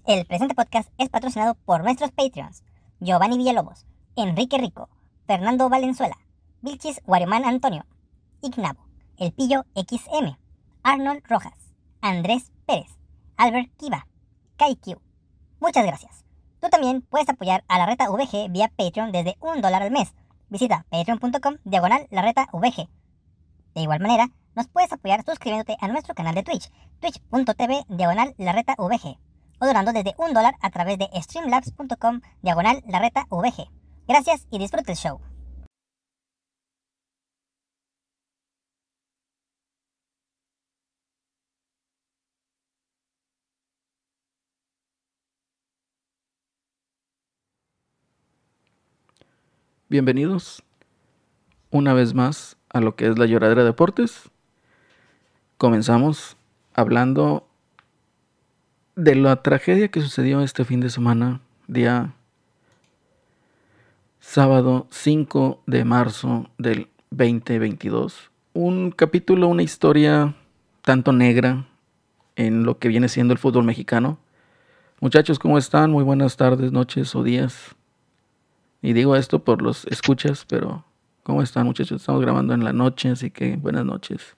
El presente podcast es patrocinado por nuestros Patreons: Giovanni Villalobos, Enrique Rico, Fernando Valenzuela, Vilchis Guarimán Antonio, Ignabo, El Pillo XM, Arnold Rojas, Andrés Pérez, Albert Kiva, KaiQ. Muchas gracias. Tú también puedes apoyar a La Reta VG vía Patreon desde $1 al mes. Visita patreon.com/LaRetaVG. De igual manera, nos puedes apoyar suscribiéndote a nuestro canal de Twitch, twitch.tv/LaRetaVG, o donando desde $1 a través de streamlabs.com/LaRetaVG. Gracias y disfruta el show. Bienvenidos una vez más a lo que es la Lloradera de Deportes. Comenzamos hablando de la tragedia que sucedió este fin de semana, día sábado 5 de marzo del 2022. Un capítulo, una historia tanto negra en lo que viene siendo el fútbol mexicano. Muchachos, ¿cómo están? Muy buenas tardes, noches o días. Y digo esto por los escuchas, pero ¿cómo están, muchachos? Estamos grabando en la noche, así que buenas noches.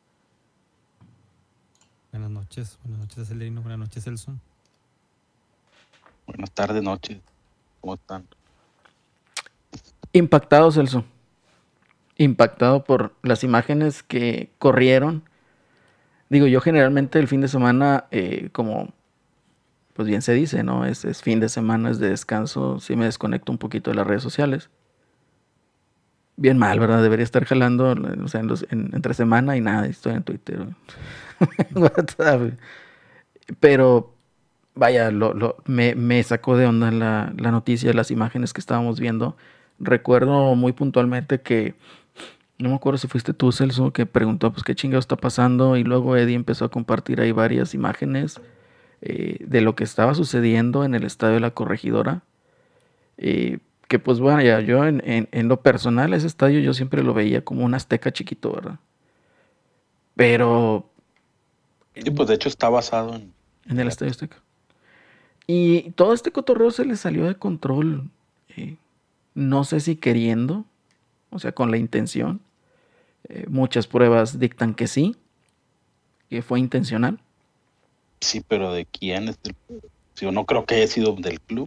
Buenas noches, Celerino, buenas noches, Celso. Buenas tardes, noches. ¿Cómo están? Impactado, Celso. Impactado por las imágenes que corrieron. Digo, yo generalmente el fin de semana, como pues bien se dice, ¿no? Es fin de semana, es de descanso, sí me desconecto un poquito de las redes sociales. Bien mal, ¿verdad? Debería estar jalando, o sea, entre semana y nada, estoy en Twitter. WhatsApp. Pero vaya, me sacó de onda la noticia, las imágenes que estábamos viendo. Recuerdo muy puntualmente que, no me acuerdo si fuiste tú, Celso, que preguntó pues qué chingado está pasando, y luego Eddie empezó a compartir ahí varias imágenes de lo que estaba sucediendo en el estadio de la Corregidora. Que pues bueno, ya yo en lo personal ese estadio yo siempre lo veía como un Azteca chiquito, ¿verdad? Pero Sí, pues de hecho está basado en el Estadio Azteca. Y todo este cotorreo se le salió de control. No sé si queriendo, o sea, con la intención. Muchas pruebas dictan que sí, que fue intencional. Sí, pero ¿de quién es el club? Yo no creo que haya sido del club.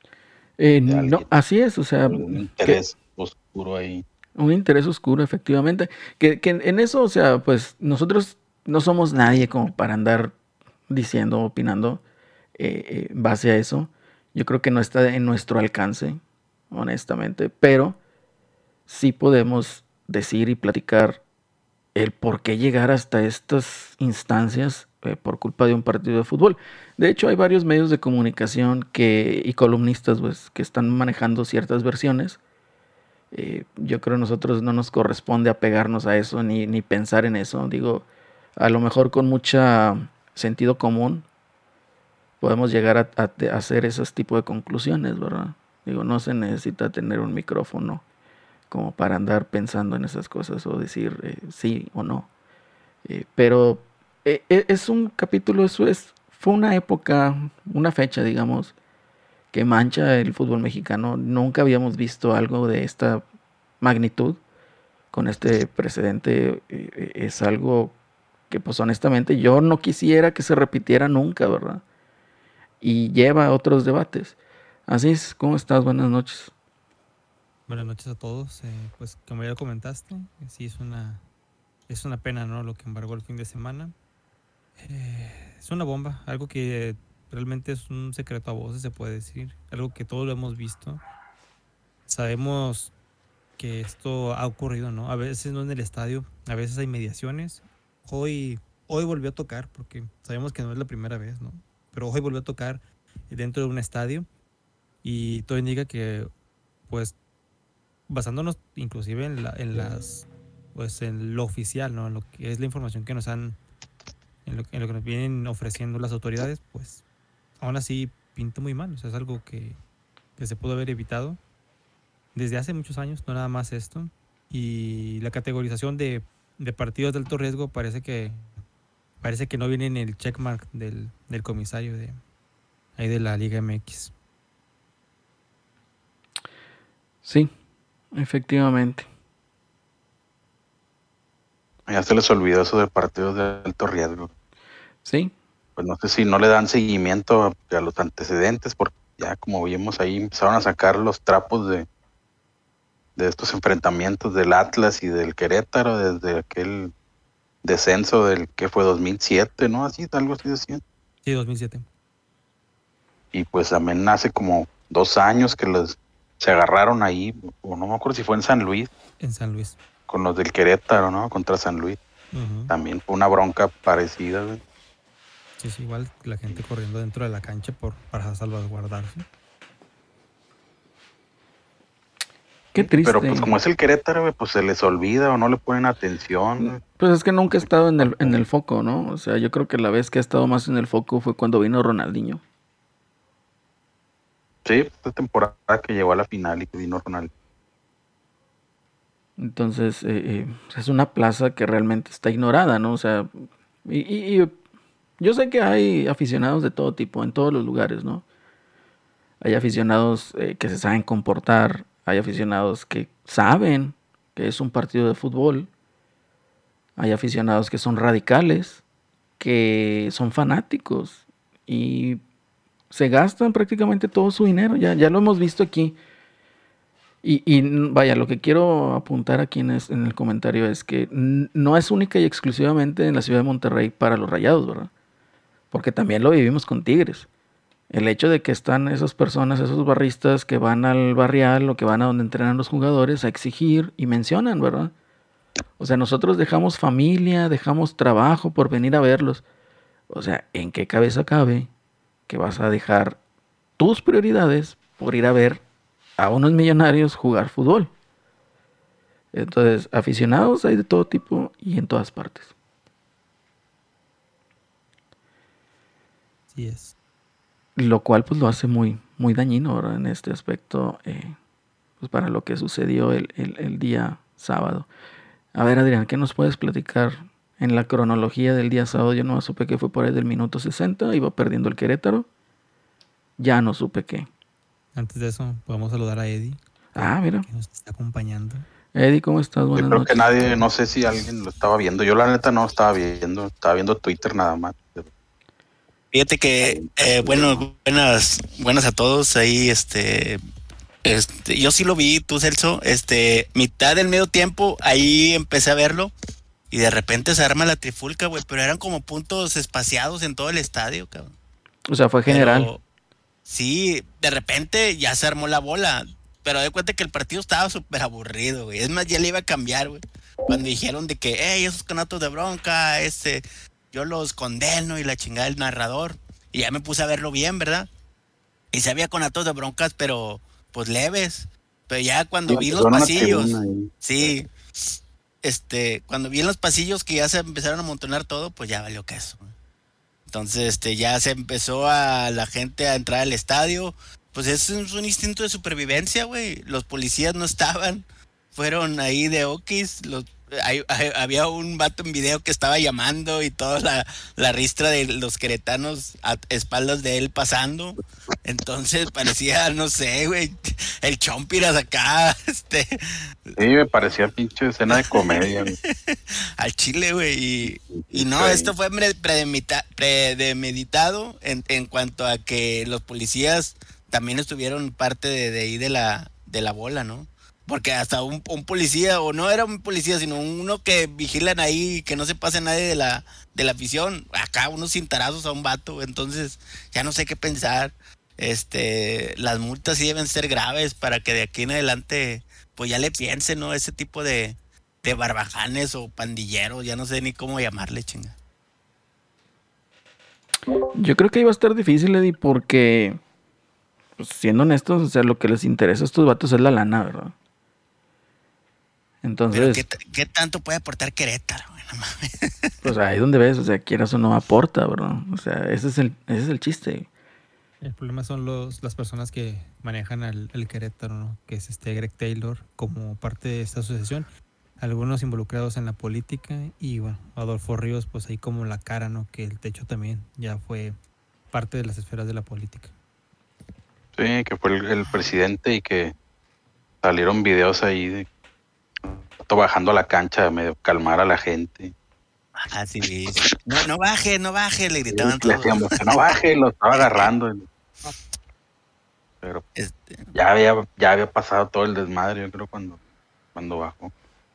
No, así es, o sea, Un interés oscuro ahí. Un interés oscuro, efectivamente. Que en eso, o sea, pues nosotros no somos nadie como para andar diciendo, opinando en base a eso. Yo creo que no está en nuestro alcance, honestamente, pero sí podemos decir y platicar el por qué llegar hasta estas instancias por culpa de un partido de fútbol. De hecho, hay varios medios de comunicación y columnistas pues, que están manejando ciertas versiones. Yo creo que a nosotros no nos corresponde apegarnos a eso ni pensar en eso. Digo, a lo mejor con mucha sentido común podemos llegar a hacer esos tipos de conclusiones, ¿verdad? Digo, no se necesita tener un micrófono como para andar pensando en esas cosas o decir sí o no. Pero es un capítulo, fue una época, una fecha, digamos, que mancha el fútbol mexicano. Nunca habíamos visto algo de esta magnitud con este precedente. Es algo que pues honestamente yo no quisiera que se repitiera nunca, ¿verdad? Y lleva a otros debates. Así es, ¿cómo estás? Buenas noches. Buenas noches a todos. Pues como ya comentaste, sí es una pena, ¿no? Lo que embargó el fin de semana. Es una bomba, algo que realmente es un secreto a voces, se puede decir. Algo que todos lo hemos visto. Sabemos que esto ha ocurrido, ¿no? A veces no en el estadio, a veces hay mediaciones. Hoy volvió a tocar, porque sabemos que no es la primera vez, ¿no? Pero hoy volvió a tocar dentro de un estadio y todo indica que, pues, basándonos inclusive en lo oficial, ¿no? En lo que es la información que nos han, en lo que nos vienen ofreciendo las autoridades, pues, aún así pinta muy mal. O sea, es algo que se pudo haber evitado desde hace muchos años, no nada más esto. Y la categorización de partidos de alto riesgo parece que no viene en el checkmark del comisario ahí de la Liga MX. Sí, efectivamente. Ya se les olvidó eso de partidos de alto riesgo. Sí, Pues no sé si no le dan seguimiento a los antecedentes, porque ya como vimos ahí empezaron a sacar los trapos de estos enfrentamientos del Atlas y del Querétaro desde aquel descenso del que fue 2007, ¿no? Así, algo así decían. Sí, 2007. Y pues también hace como 2 años que se agarraron ahí, o no me acuerdo si fue en San Luis, En San Luis. con los del Querétaro, ¿no? Contra San Luis. Ujú. También fue una bronca parecida, güey. Sí, es igual la gente corriendo dentro de la cancha para salvaguardarse. qué triste. Pero pues como es el Querétaro, güey, pues se les olvida o no le ponen atención, güey. Pues es que nunca ha estado en el foco, ¿no? O sea, yo creo que la vez que ha estado más en el foco fue cuando vino Ronaldinho. Sí, esta temporada que llegó a la final y que vino Ronaldo. Entonces, es una plaza que realmente está ignorada, ¿no? O sea, y yo sé que hay aficionados de todo tipo, en todos los lugares, ¿no? Hay aficionados que se saben comportar, hay aficionados que saben que es un partido de fútbol, hay aficionados que son radicales, que son fanáticos y se gastan prácticamente todo su dinero, ya lo hemos visto aquí. Y vaya, lo que quiero apuntar aquí en el comentario es que no es única y exclusivamente en la ciudad de Monterrey para los Rayados, ¿verdad? Porque también lo vivimos con Tigres. El hecho de que están esas personas, esos barristas que van al barrial o que van a donde entrenan los jugadores a exigir y mencionan, ¿verdad? O sea, nosotros dejamos familia, dejamos trabajo por venir a verlos. O sea, ¿en qué cabeza cabe que vas a dejar tus prioridades por ir a ver a unos millonarios jugar fútbol? Entonces, aficionados hay de todo tipo y en todas partes. Sí es. Lo cual pues lo hace muy, muy dañino, ¿verdad? En este aspecto, pues para lo que sucedió el día sábado. A ver, Adrián, ¿qué nos puedes platicar en la cronología del día sábado? Yo no supe que fue por ahí del minuto 60, iba perdiendo el Querétaro. Ya no supe qué. Antes de eso, podemos saludar a Eddie, Mira. que nos está acompañando. Eddie, ¿cómo estás? Yo Buenas creo noches. que nadie, no sé si alguien lo estaba viendo. Yo la neta no estaba viendo Twitter nada más. Fíjate que, bueno, buenas a todos. Ahí, yo sí lo vi, tú, Celso. Mitad del medio tiempo, ahí empecé a verlo. Y de repente se arma la trifulca, güey. Pero eran como puntos espaciados en todo el estadio, cabrón. O sea, fue general. Pero sí, de repente ya se armó la bola. Pero de cuenta que el partido estaba súper aburrido, güey. Es más, ya le iba a cambiar, güey. Cuando dijeron de que, esos conatos de bronca, yo los condeno y la chingada del narrador. Y ya me puse a verlo bien, ¿verdad? Y se había conatos de broncas, pero pues leves. Pero ya cuando vi los pasillos, sí, cuando vi en los pasillos que ya se empezaron a amontonar todo, pues ya valió queso. Entonces, ya se empezó a la gente a entrar al estadio. Pues es un instinto de supervivencia, güey. Los policías no estaban, fueron ahí de okis. Había un vato en video que estaba llamando y toda la ristra de los queretanos a espaldas de él pasando. Entonces parecía, no sé, güey, el Chompiras acá, Sí, me parecía pinche escena de comedia, güey. al chile, güey. Y no, esto fue premeditado en cuanto a que los policías también estuvieron parte de ahí de la bola, ¿no? Porque hasta un policía, o no era un policía, sino uno que vigilan ahí, que no se pase nadie de la afición, acá unos cintarazos a un vato, entonces ya no sé qué pensar. Las multas sí deben ser graves para que de aquí en adelante, pues ya le piensen, ¿no? Ese tipo de barbajanes o pandilleros, ya no sé ni cómo llamarle, chinga. Yo creo que iba a estar difícil, Eddie, porque, pues, siendo honestos, o sea, lo que les interesa a estos vatos es la lana, ¿verdad? Entonces, pero ¿qué tanto puede aportar Querétaro, güey? No mames. pues ahí donde ves, o sea, quieras o no aporta, ¿verdad? O sea, ese es el chiste. El problema son las personas que manejan el Querétaro, ¿no? Que es Greg Taylor como parte de esta asociación. Algunos involucrados en la política y bueno, Adolfo Ríos pues ahí como la cara, ¿no? Que el techo también ya fue parte de las esferas de la política. Sí, que fue el presidente y que salieron videos ahí de bajando a la cancha a medio calmar a la gente. Así es. No baje, le Y gritaban le todos. decíamos que no baje, lo estaba agarrando. Pero Este, ya había pasado todo el desmadre, yo creo, cuando bajó.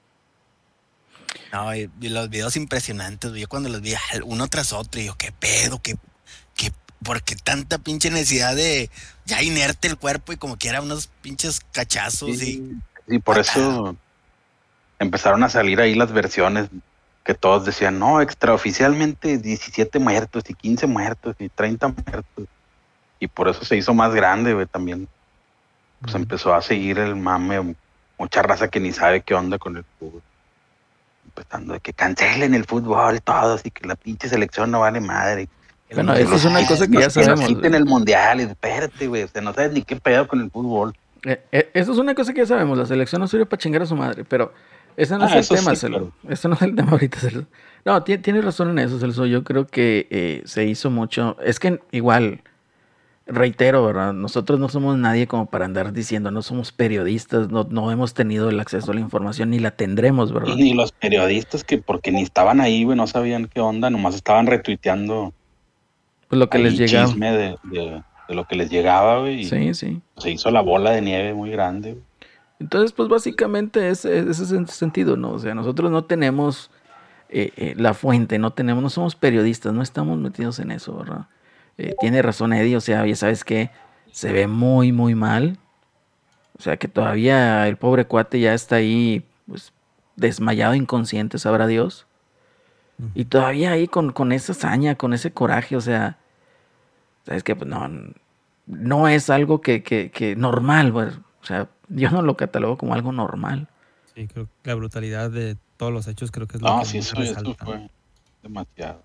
no, y los videos impresionantes, güey. Yo cuando los vi uno tras otro, y yo, qué pedo, ¿por qué tanta pinche necesidad de ya inerte el cuerpo y como quiera unos pinches cachazos Y por eso empezaron a salir ahí las versiones que todos decían, no, extraoficialmente 17 muertos y 15 muertos y 30 muertos. Y por eso se hizo más grande, güey, también. Pues empezó a seguir el mame, mucha raza que ni sabe qué onda con el fútbol. Empezando de que cancelen el fútbol todos y que la pinche selección no vale madre. Bueno, eso es una cosa que ya sabemos. Que nos quiten el mundial, espérate, güey, no sabes ni qué pedo con el fútbol. Eso es una cosa que ya sabemos, la selección no sirve para chingar a su madre, pero ese no es el tema, sí, Celso. Eso no es el tema ahorita, Celso. No, tienes razón en eso, Celso. Yo creo que se hizo mucho. Es que igual, reitero, ¿verdad? Nosotros no somos nadie como para andar diciendo, no somos periodistas, no hemos tenido el acceso a la información ni la tendremos, ¿verdad? Y los periodistas que porque ni estaban ahí, güey, no sabían qué onda, nomás estaban retuiteando Pues lo que les llegaba. Chisme de lo que les llegaba, güey. Sí, sí. Se hizo la bola de nieve muy grande, güey. Entonces, pues básicamente ese es el sentido, ¿no? O sea, nosotros no tenemos la fuente, no somos periodistas, no estamos metidos en eso, ¿verdad? Tiene razón Eddie, o sea, ya sabes que se ve muy, muy mal. O sea, que todavía el pobre cuate ya está ahí, pues, desmayado, inconsciente, sabrá Dios. Y todavía ahí con esa hazaña, con ese coraje, o sea, sabes que pues no es algo que normal, pues. O sea, yo no lo catalogo como algo normal. Sí, creo que la brutalidad de todos los hechos creo que es lo No, que sí, más eso resalta. fue demasiado.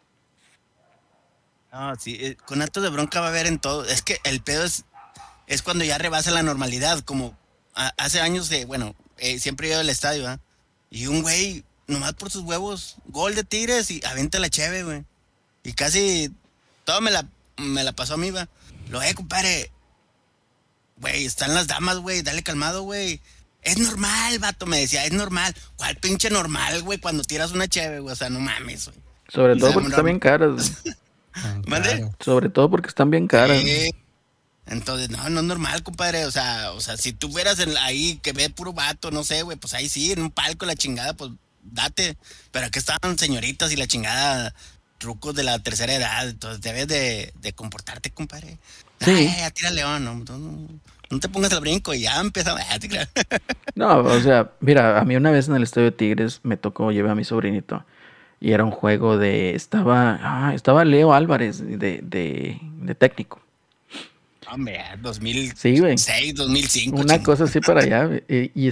no, sí, con actos de bronca va a haber en todo. Es que el pedo es cuando ya rebasa la normalidad, como hace años siempre he ido al estadio, ¿verdad? Y un güey, nomás por sus huevos, gol de Tigres y aventa la cheve, güey. Y casi todo me la pasó a mí, va. Compadre, güey, están las damas, güey, dale calmado, güey. Es normal, vato, me decía, es normal. ¿Cuál pinche normal, güey, cuando tiras una cheve, güey? O sea, no mames, güey. Sobre todo porque están bien caras. ¿Mande? Claro. Sobre todo porque están bien caras. Entonces, no es normal, compadre. O sea, si tú fueras ahí que ve puro vato, no sé, güey, pues ahí sí, en un palco la chingada, pues date. Pero aquí estaban señoritas y la chingada, trucos de la tercera edad. Entonces debes de comportarte, compadre. Sí. Ay, tira león, no te pongas al brinco y ya empezamos. No, o sea, mira, a mí una vez en el estadio de Tigres me tocó, llevé a mi sobrinito. Y era un juego estaba Leo Álvarez de técnico. Hombre, 2006, Sí, güey. 2005. Una cosa así para allá. Y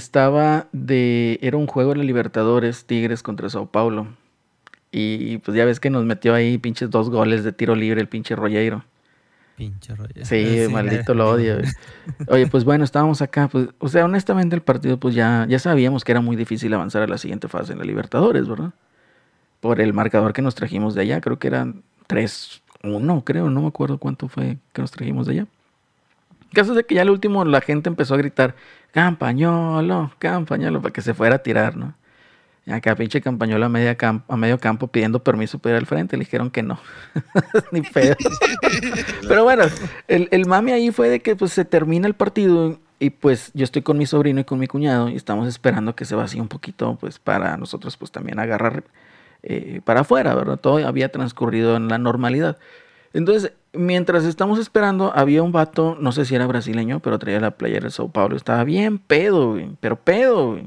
era un juego de la Libertadores, Tigres contra Sao Paulo. Y pues ya ves que nos metió ahí pinches 2 goles de tiro libre el pinche Rollero. Pinche rollo. Sí, maldito lo odio. Güey. Oye, pues bueno, estábamos acá. Pues, o sea, honestamente el partido pues ya sabíamos que era muy difícil avanzar a la siguiente fase en la Libertadores, ¿verdad? Por el marcador que nos trajimos de allá. Creo que eran 3-1, creo. No me acuerdo cuánto fue que nos trajimos de allá. El caso es de que ya al último la gente empezó a gritar Campañolo, para que se fuera a tirar, ¿no? Y acá pinche Campañolo a medio campo pidiendo permiso para ir al frente. Le dijeron que no. Ni pedo. Pero bueno, el mame ahí fue de que pues se termina el partido y pues yo estoy con mi sobrino y con mi cuñado y estamos esperando que se vacíe un poquito pues para nosotros pues también agarrar para afuera, ¿verdad? Todo había transcurrido en la normalidad. Entonces, mientras estamos esperando, había un vato, no sé si era brasileño, pero traía la playera de Sao Paulo. Estaba bien pedo, güey, pero pedo, güey.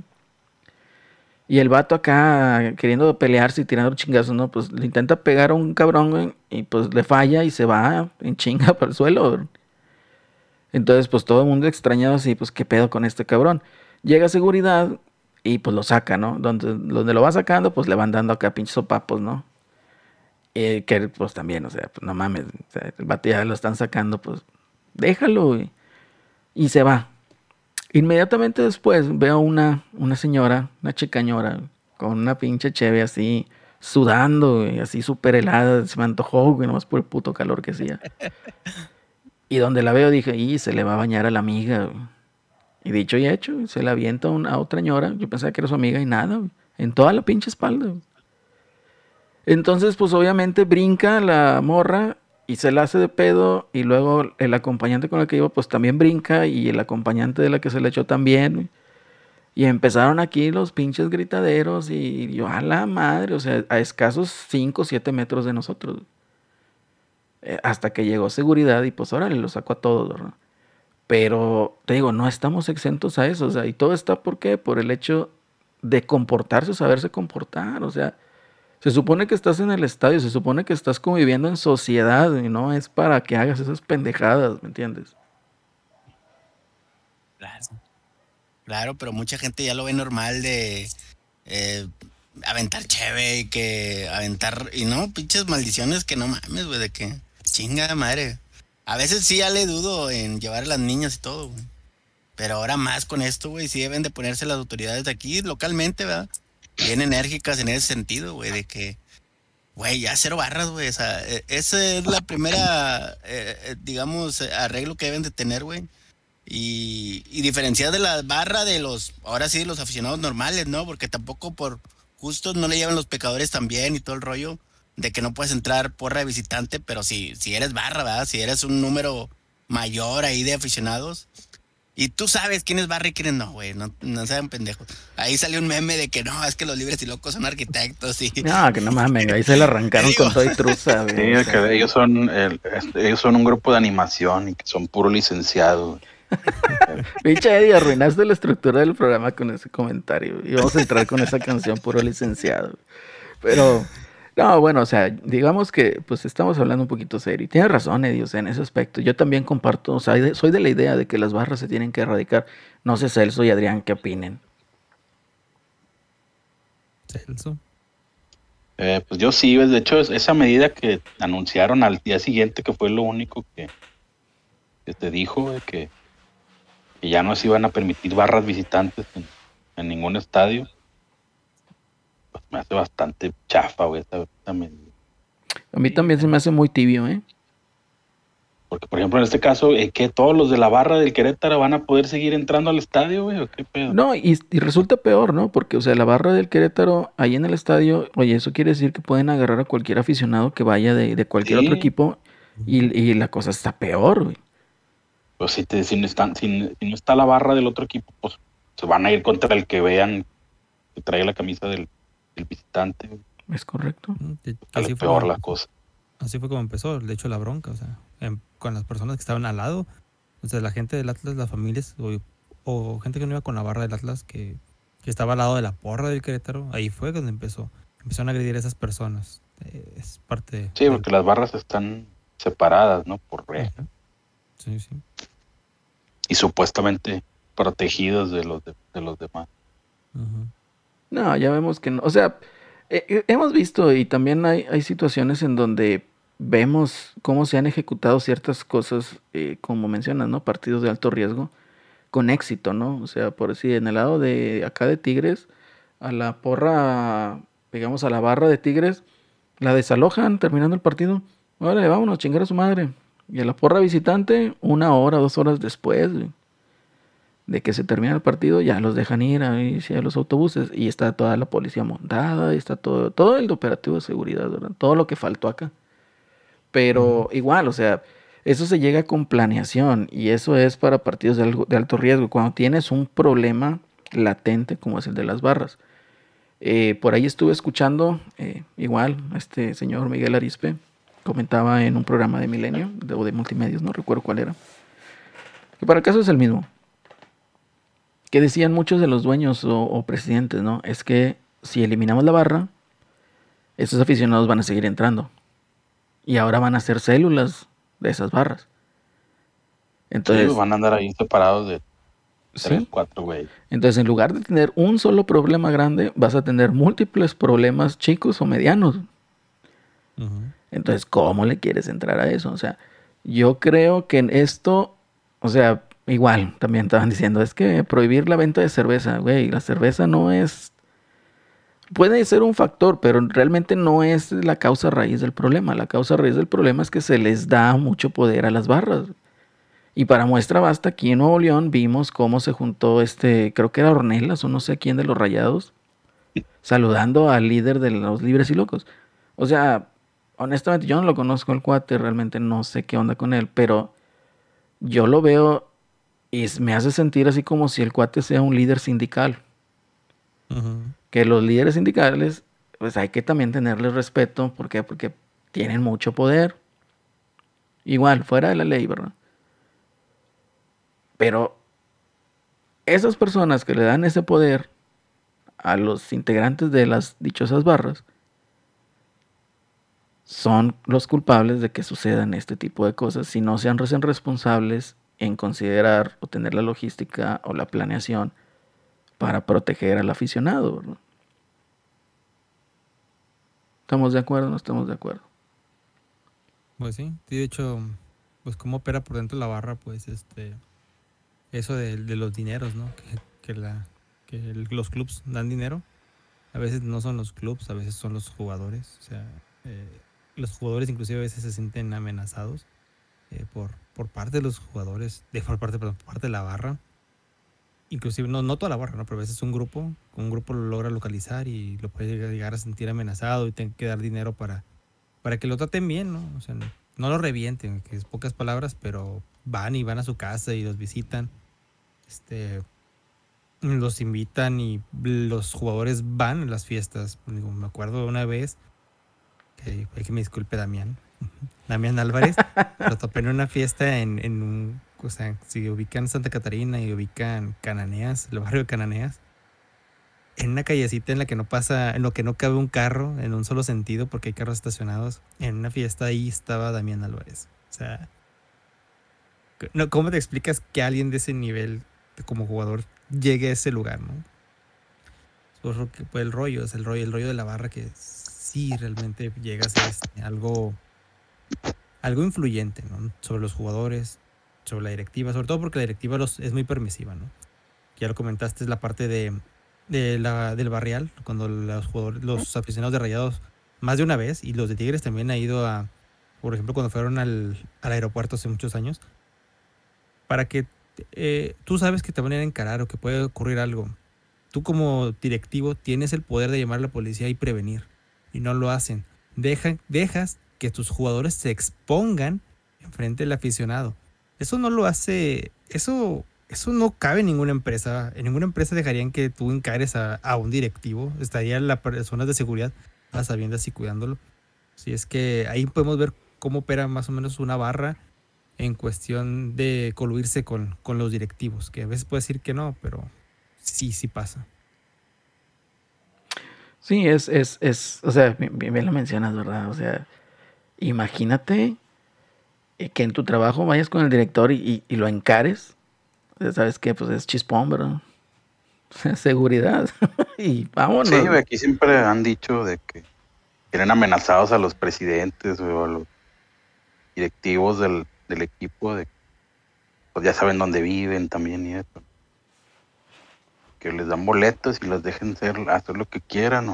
Y el vato acá queriendo pelearse y tirando chingazos, ¿no? Pues le intenta pegar a un cabrón, güey, y pues le falla y se va en chinga para el suelo, güey. Entonces, pues todo el mundo extrañado así, pues qué pedo con este cabrón. Llega seguridad y pues lo saca, ¿no? Donde lo va sacando, pues le van dando acá pinches sopapos, ¿no? Que pues también, o sea, pues no mames, o sea, el vato ya lo están sacando, pues déjalo, güey. Y se va. Inmediatamente después veo una señora, una chicañora, con una pinche cheve así, sudando, güey, así súper helada, se me antojó, güey, nomás por el puto calor que hacía. Y donde la veo dije, y se le va a bañar a la amiga, güey. Y dicho y hecho, se la avienta a otra ñora, yo pensaba que era su amiga y nada, güey, en toda la pinche espalda, güey. Entonces, pues obviamente brinca la morra y se la hace de pedo. Y luego el acompañante con el que iba, pues también brinca. Y el acompañante de la que se le echó también. Y empezaron aquí los pinches gritaderos. Y yo, a la madre, o sea, a escasos 5 o 7 metros de nosotros. Hasta que llegó seguridad y pues órale, lo sacó a todos, ¿verdad? Pero te digo, no estamos exentos a eso. O sea, y todo está, ¿por qué? Por el hecho de comportarse, saberse comportar. O sea, se supone que estás en el estadio, se supone que estás conviviendo en sociedad y no es para que hagas esas pendejadas, ¿me entiendes? Claro. Claro, pero mucha gente ya lo ve normal de aventar cheve y que aventar, y no, pinches maldiciones que no mames, güey, de que chinga madre. A veces sí ya le dudo en llevar a las niñas y todo, güey. Pero ahora más con esto, güey, sí deben de ponerse las autoridades de aquí localmente, ¿verdad? Bien enérgicas en ese sentido, güey, de que, güey, ya 0 barras, güey. O sea, esa es la primera, digamos, arreglo que deben de tener, güey. Y diferenciar de la barra de los, ahora sí, los aficionados normales, ¿no? Porque tampoco por justos no le llevan los pecadores también y todo el rollo de que no puedes entrar porra de visitante, pero si eres barra, ¿verdad? Si eres un número mayor ahí de aficionados. Y tú sabes quién es barra y quién no, güey. No sean pendejos. Ahí salió un meme de que no, es que los libres y locos son arquitectos y... No, que no mames, ahí se la arrancaron con todo y truza, güey. Sí, O sea, que ellos son un grupo de animación y que son puro licenciados. pinche Eddie, arruinaste la estructura del programa con ese comentario. Y vamos a entrar con esa canción puro licenciado. Pero, no, bueno, o sea, digamos que pues estamos hablando un poquito serio. Y tienes razón, Eddie, o sea, en ese aspecto. Yo también comparto, o sea, soy de la idea de que las barras se tienen que erradicar. No sé, Celso y Adrián, ¿qué opinen? Celso. Pues yo sí, de hecho, esa medida que anunciaron al día siguiente, que fue lo único que te dijo, güey, que ya no se iban a permitir barras visitantes en ningún estadio, pues me hace bastante chafa, güey, esa medida. A mí también se me hace muy tibio, ¿eh? Porque, por ejemplo, en este caso, ¿qué todos los de la barra del Querétaro van a poder seguir entrando al estadio, güey? ¿O qué pedo? No, y resulta peor, ¿no? Porque, o sea, la barra del Querétaro, ahí en el estadio, oye, eso quiere decir que pueden agarrar a cualquier aficionado que vaya de cualquier otro Sí. equipo y la cosa está peor, güey. Pues si no está la barra del otro equipo, pues se van a ir contra el que vean que trae la camisa del visitante, güey. Es correcto. Sale peor la cosa. Así fue como empezó, de hecho, la bronca, o sea, con las personas que estaban al lado, o sea, la gente del Atlas, las familias, o gente que no iba con la barra del Atlas, que estaba al lado de la porra del Querétaro, ahí fue donde empezaron a agredir a esas personas. Es parte Sí, porque las barras están separadas, ¿no? Por red. Ajá. Sí, sí. Y supuestamente protegidos de los demás. Ajá. No, ya vemos que no. O sea, hemos visto y también hay situaciones en donde vemos cómo se han ejecutado ciertas cosas, como mencionas, ¿no? Partidos de alto riesgo con éxito, ¿no? O sea, por decir, en el lado de acá de Tigres, a la porra, digamos, a la barra de Tigres, la desalojan terminando el partido. Órale, vámonos, chingar a su madre. Y a la porra visitante, 1 hora, 2 horas después, güey, de que se termina el partido, ya los dejan ir ahí sí, a los autobuses y está toda la policía montada, y está todo el operativo de seguridad, ¿verdad? Todo lo que faltó acá. Pero igual, o sea, eso se llega con planeación y eso es para partidos de alto riesgo. Cuando tienes un problema latente como es el de las barras. Por ahí estuve escuchando, igual, este señor Miguel Arispe comentaba en un programa de Milenio o de Multimedios, no recuerdo cuál era, que para el caso es el mismo. Que decían muchos de los dueños o presidentes, ¿no? Es que si eliminamos la barra, esos aficionados van a seguir entrando. Y ahora van a ser células de esas barras. Entonces, Sí, van a andar ahí separados de 3, ¿sí? 4, güey. Entonces, en lugar de tener un solo problema grande, vas a tener múltiples problemas chicos o medianos. Ajá. Entonces, ¿cómo le quieres entrar a eso? O sea, yo creo que en esto, o sea, igual, también estaban diciendo, es que prohibir la venta de cerveza, güey, la cerveza no es Puede ser un factor, pero realmente no es la causa raíz del problema. La causa raíz del problema es que se les da mucho poder a las barras. Y para muestra basta, aquí en Nuevo León vimos cómo se juntó creo que era Ornelas o no sé quién de los Rayados, saludando al líder de los Libres y Locos. O sea, honestamente yo no lo conozco el cuate, realmente no sé qué onda con él, pero yo lo veo y me hace sentir así como si el cuate sea un líder sindical. Ujú. Que los líderes sindicales, pues hay que también tenerles respeto. ¿Por qué? Porque tienen mucho poder. Igual, fuera de la ley, ¿verdad? Pero esas personas que le dan ese poder a los integrantes de las dichosas barras son los culpables de que sucedan este tipo de cosas si no se hacen responsables en considerar o tener la logística o la planeación para proteger al aficionado, ¿verdad? ¿Estamos de acuerdo o no estamos de acuerdo? Pues sí, de hecho, pues cómo opera por dentro la barra, pues eso de los dineros, ¿no? Los clubs dan dinero. A veces no son los clubs, a veces son los jugadores. O sea, los jugadores inclusive a veces se sienten amenazados por parte de los jugadores, perdón, por parte de la barra. Inclusive, no toda la barra, ¿no? Pero a veces un grupo lo logra localizar y lo puede llegar a sentir amenazado y tiene que dar dinero para que lo traten bien, ¿no? O sea, no lo revienten, que es pocas palabras, pero van a su casa y los visitan, los invitan y los jugadores van a las fiestas. Digo, me acuerdo una vez, que me disculpe Damián Álvarez, lo topé en una fiesta o sea, si ubican Santa Catarina y ubican Cananeas, el barrio de Cananeas, en una callecita en lo que no cabe un carro en un solo sentido porque hay carros estacionados, en una fiesta ahí estaba Damián Álvarez. O sea, no, ¿cómo te explicas que alguien de ese nivel como jugador llegue a ese lugar, no? Pues el rollo, es el rollo de la barra que sí realmente llega a ser algo influyente, ¿no? Sobre los jugadores, sobre la directiva, sobre todo porque la directiva es muy permisiva, ¿no? Ya lo comentaste, es la parte del barrial, cuando los aficionados de Rayados más de una vez, y los de Tigres también ha ido por ejemplo, cuando fueron al aeropuerto hace muchos años, para que tú sabes que te van a ir a encarar o que puede ocurrir algo. Tú como directivo tienes el poder de llamar a la policía y prevenir, y no lo hacen. Dejas que tus jugadores se expongan enfrente del aficionado. Eso no lo hace, eso no cabe en ninguna empresa. En ninguna empresa dejarían que tú encares a un directivo. Estarían las personas de seguridad a sabiendas y cuidándolo. Si es que ahí podemos ver cómo opera más o menos una barra en cuestión de coluirse con los directivos, que a veces puede decir que no, pero sí pasa. Sí, o sea, bien lo mencionas, ¿verdad? O sea, imagínate que en tu trabajo vayas con el director y lo encares. O sea, ¿sabes qué? Pues es chispón, ¿verdad? Seguridad. Y vámonos. Sí, güey, aquí siempre han dicho de que tienen amenazados a los presidentes o a los directivos del equipo, de pues ya saben dónde viven también y eso. Que les dan boletos y los dejen hacer lo que quieran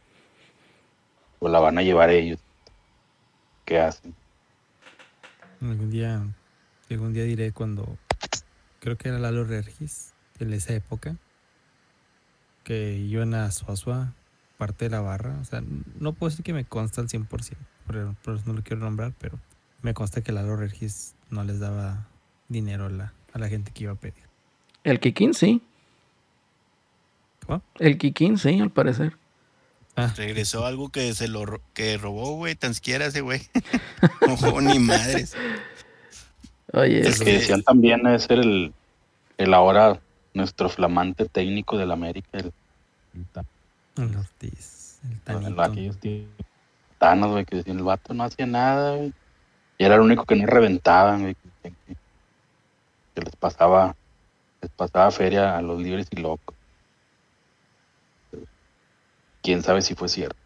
o la van a llevar ellos. ¿Qué hacen? Algún día diré cuando creo que era Lalo Regis en esa época que iban a Suazua, parte de la barra. O sea, no puedo decir que me consta al 100%, pero no lo quiero nombrar, pero me consta que Lalo Regis no les daba dinero a la gente que iba a pedir. El Kikín, sí. ¿Cómo? El Kikín, sí, al parecer. Regresó algo que que robó, güey, tan siquiera ese güey. No jugó ni madres. Oye, El que decían también debe ser el ahora nuestro flamante técnico del América, el Ortiz, el Tanito. aquellos tanos, güey, que decían el vato no hacía nada, güey. Y era el único que no reventaban, güey, que les pasaba feria a los libres y locos. Quién sabe si fue cierto.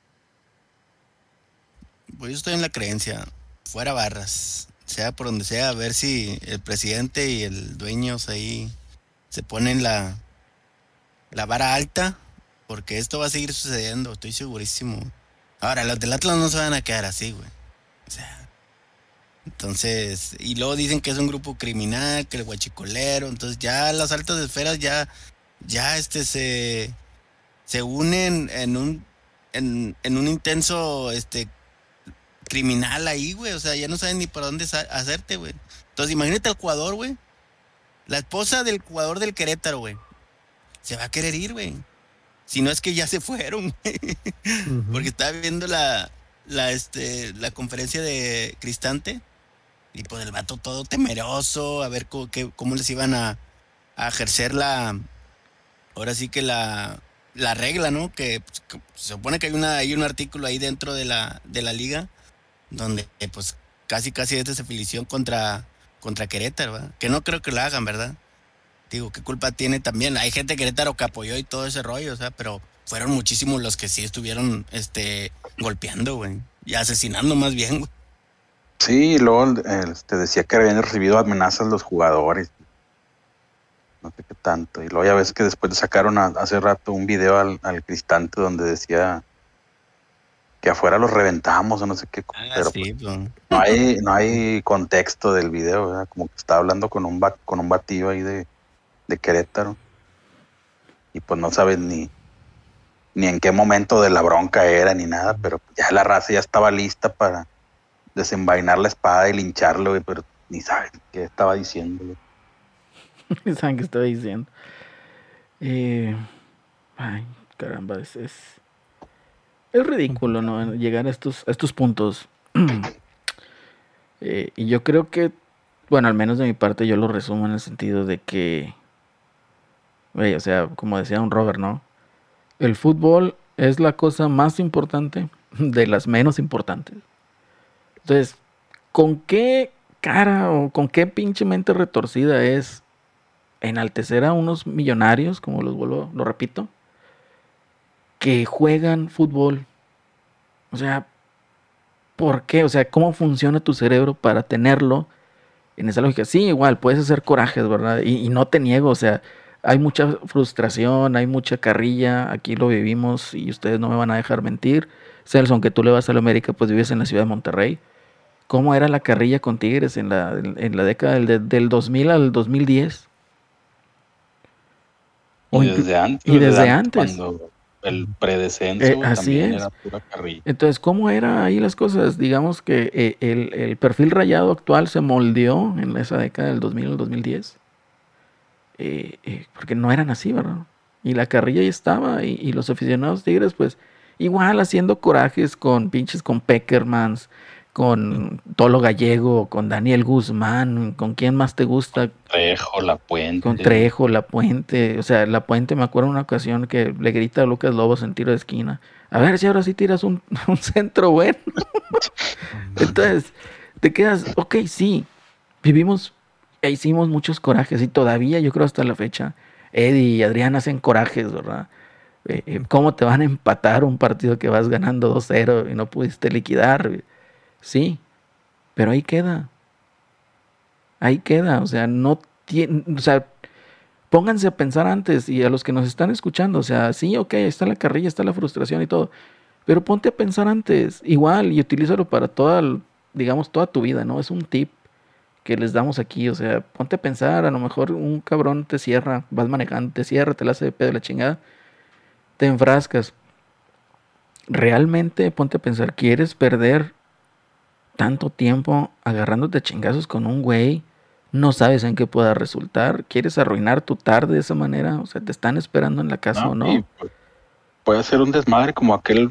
Pues yo estoy en la creencia, fuera barras, sea por donde sea, a ver si el presidente y el dueño ahí se ponen la vara alta porque esto va a seguir sucediendo, estoy segurísimo. Ahora, los del Atlas no se van a quedar así, güey. O sea, entonces, y luego dicen que es un grupo criminal, que el guachicolero, entonces ya las altas esferas se unen en un intenso criminal ahí, güey. O sea, ya no saben ni para dónde hacerte, güey. Entonces, imagínate al jugador, güey. La esposa del jugador del Querétaro, güey. Se va a querer ir, güey. Si no es que ya se fueron, güey. Porque estaba viendo la conferencia de Cristante. Y pues el vato todo temeroso. A ver cómo les iban a ejercer ahora sí que la regla, ¿no? Que pues, se supone que hay un artículo ahí dentro de la liga donde pues casi es desafiliación contra Querétaro, ¿verdad? Que no creo que lo hagan, ¿verdad? Digo, ¿qué culpa tiene también? Hay gente de Querétaro que apoyó y todo ese rollo, o sea, pero fueron muchísimos los que sí estuvieron golpeando, güey, y asesinando más bien, güey. Sí, y luego te decía que habían recibido amenazas los jugadores. No sé qué tanto. Y luego ya ves que después sacaron hace rato un video al Cristante donde decía que afuera los reventamos o no sé qué. Pero sí, pues, no hay contexto del video, ¿verdad? Como que estaba hablando con un batido ahí de Querétaro. Y pues no sabes ni en qué momento de la bronca era ni nada, pero ya la raza ya estaba lista para desenvainar la espada y lincharlo, güey, pero ni saben qué estaba diciendo, güey. Ni saben qué estaba diciendo. Ay, caramba, es ridículo, ¿no? Llegar a estos puntos. Y yo creo que, bueno, al menos de mi parte yo lo resumo en el sentido de que, güey, o sea, como decía un Robert, ¿no? El fútbol es la cosa más importante de las menos importantes. Entonces, ¿con qué cara o con qué pinche mente retorcida es enaltecer a unos millonarios, como lo repito, que juegan fútbol? O sea, ¿por qué? O sea, ¿cómo funciona tu cerebro para tenerlo en esa lógica? Sí, igual, puedes hacer corajes, ¿verdad? Y no te niego, o sea, hay mucha frustración, hay mucha carrilla, aquí lo vivimos y ustedes no me van a dejar mentir. Celso, aunque tú le vas a la América, pues vives en la ciudad de Monterrey. ¿Cómo era la carrilla con Tigres en la década del 2000 al 2010? Y desde antes. Y desde antes. Cuando el predescenso también es. Era pura carrilla. Entonces, ¿cómo era ahí las cosas? Digamos que el perfil rayado actual se moldeó en esa década del 2000 al 2010. Porque no eran así, ¿verdad? Y la carrilla ahí estaba. Y los aficionados Tigres, pues, igual haciendo corajes con pinches, con Peckermans, con Tolo Gallego, con Daniel Guzmán, con quién más te gusta. Trejo, La Puente. Con Trejo, La Puente. O sea, La Puente, me acuerdo una ocasión que le grita a Lucas Lobos en tiro de esquina: a ver si ahora sí tiras un centro bueno. Entonces, te quedas, ok, sí, vivimos e hicimos muchos corajes y todavía yo creo hasta la fecha Eddie y Adrián hacen corajes, ¿verdad? ¿Cómo te van a empatar un partido que vas ganando 2-0 y no pudiste liquidar? Sí, pero ahí queda, o sea, no tiene, o sea, pónganse a pensar antes, y a los que nos están escuchando, o sea, sí, ok, está la carrilla, está la frustración y todo, pero ponte a pensar antes, igual, y utilízalo para digamos, toda tu vida, ¿no? Es un tip que les damos aquí, o sea, ponte a pensar, a lo mejor un cabrón te cierra, vas manejando, te cierra, te la hace de pedo la chingada, te enfrascas. Realmente ponte a pensar, ¿quieres perder tanto tiempo agarrándote a chingazos con un güey? No sabes en qué pueda resultar. ¿Quieres arruinar tu tarde de esa manera? O sea, ¿te están esperando en la casa o no? Y puede ser un desmadre como aquel,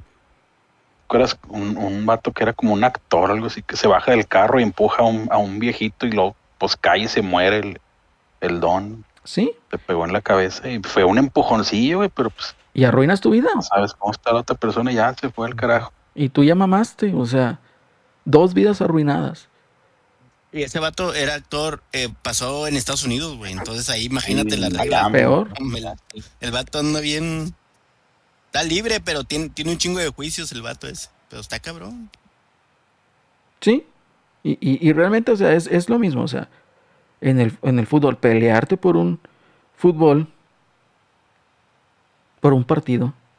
un vato que era como un actor, algo así, que se baja del carro y empuja a un viejito y luego pues cae y se muere el don. Sí. Se pegó en la cabeza y fue un empujoncillo, güey, pero pues... Y arruinas tu vida. No sabes cómo está la otra persona y ya se fue al carajo. Y tú ya mamaste, o sea, 2 vidas arruinadas. Y ese vato era actor, pasó en Estados Unidos, güey. Entonces ahí imagínate la regla. Peor. El vato anda bien. Está libre, pero tiene un chingo de juicios el vato ese. Pero está cabrón. Sí. Y realmente, o sea, es lo mismo. O sea, en el fútbol, pelearte por un fútbol, por un partido,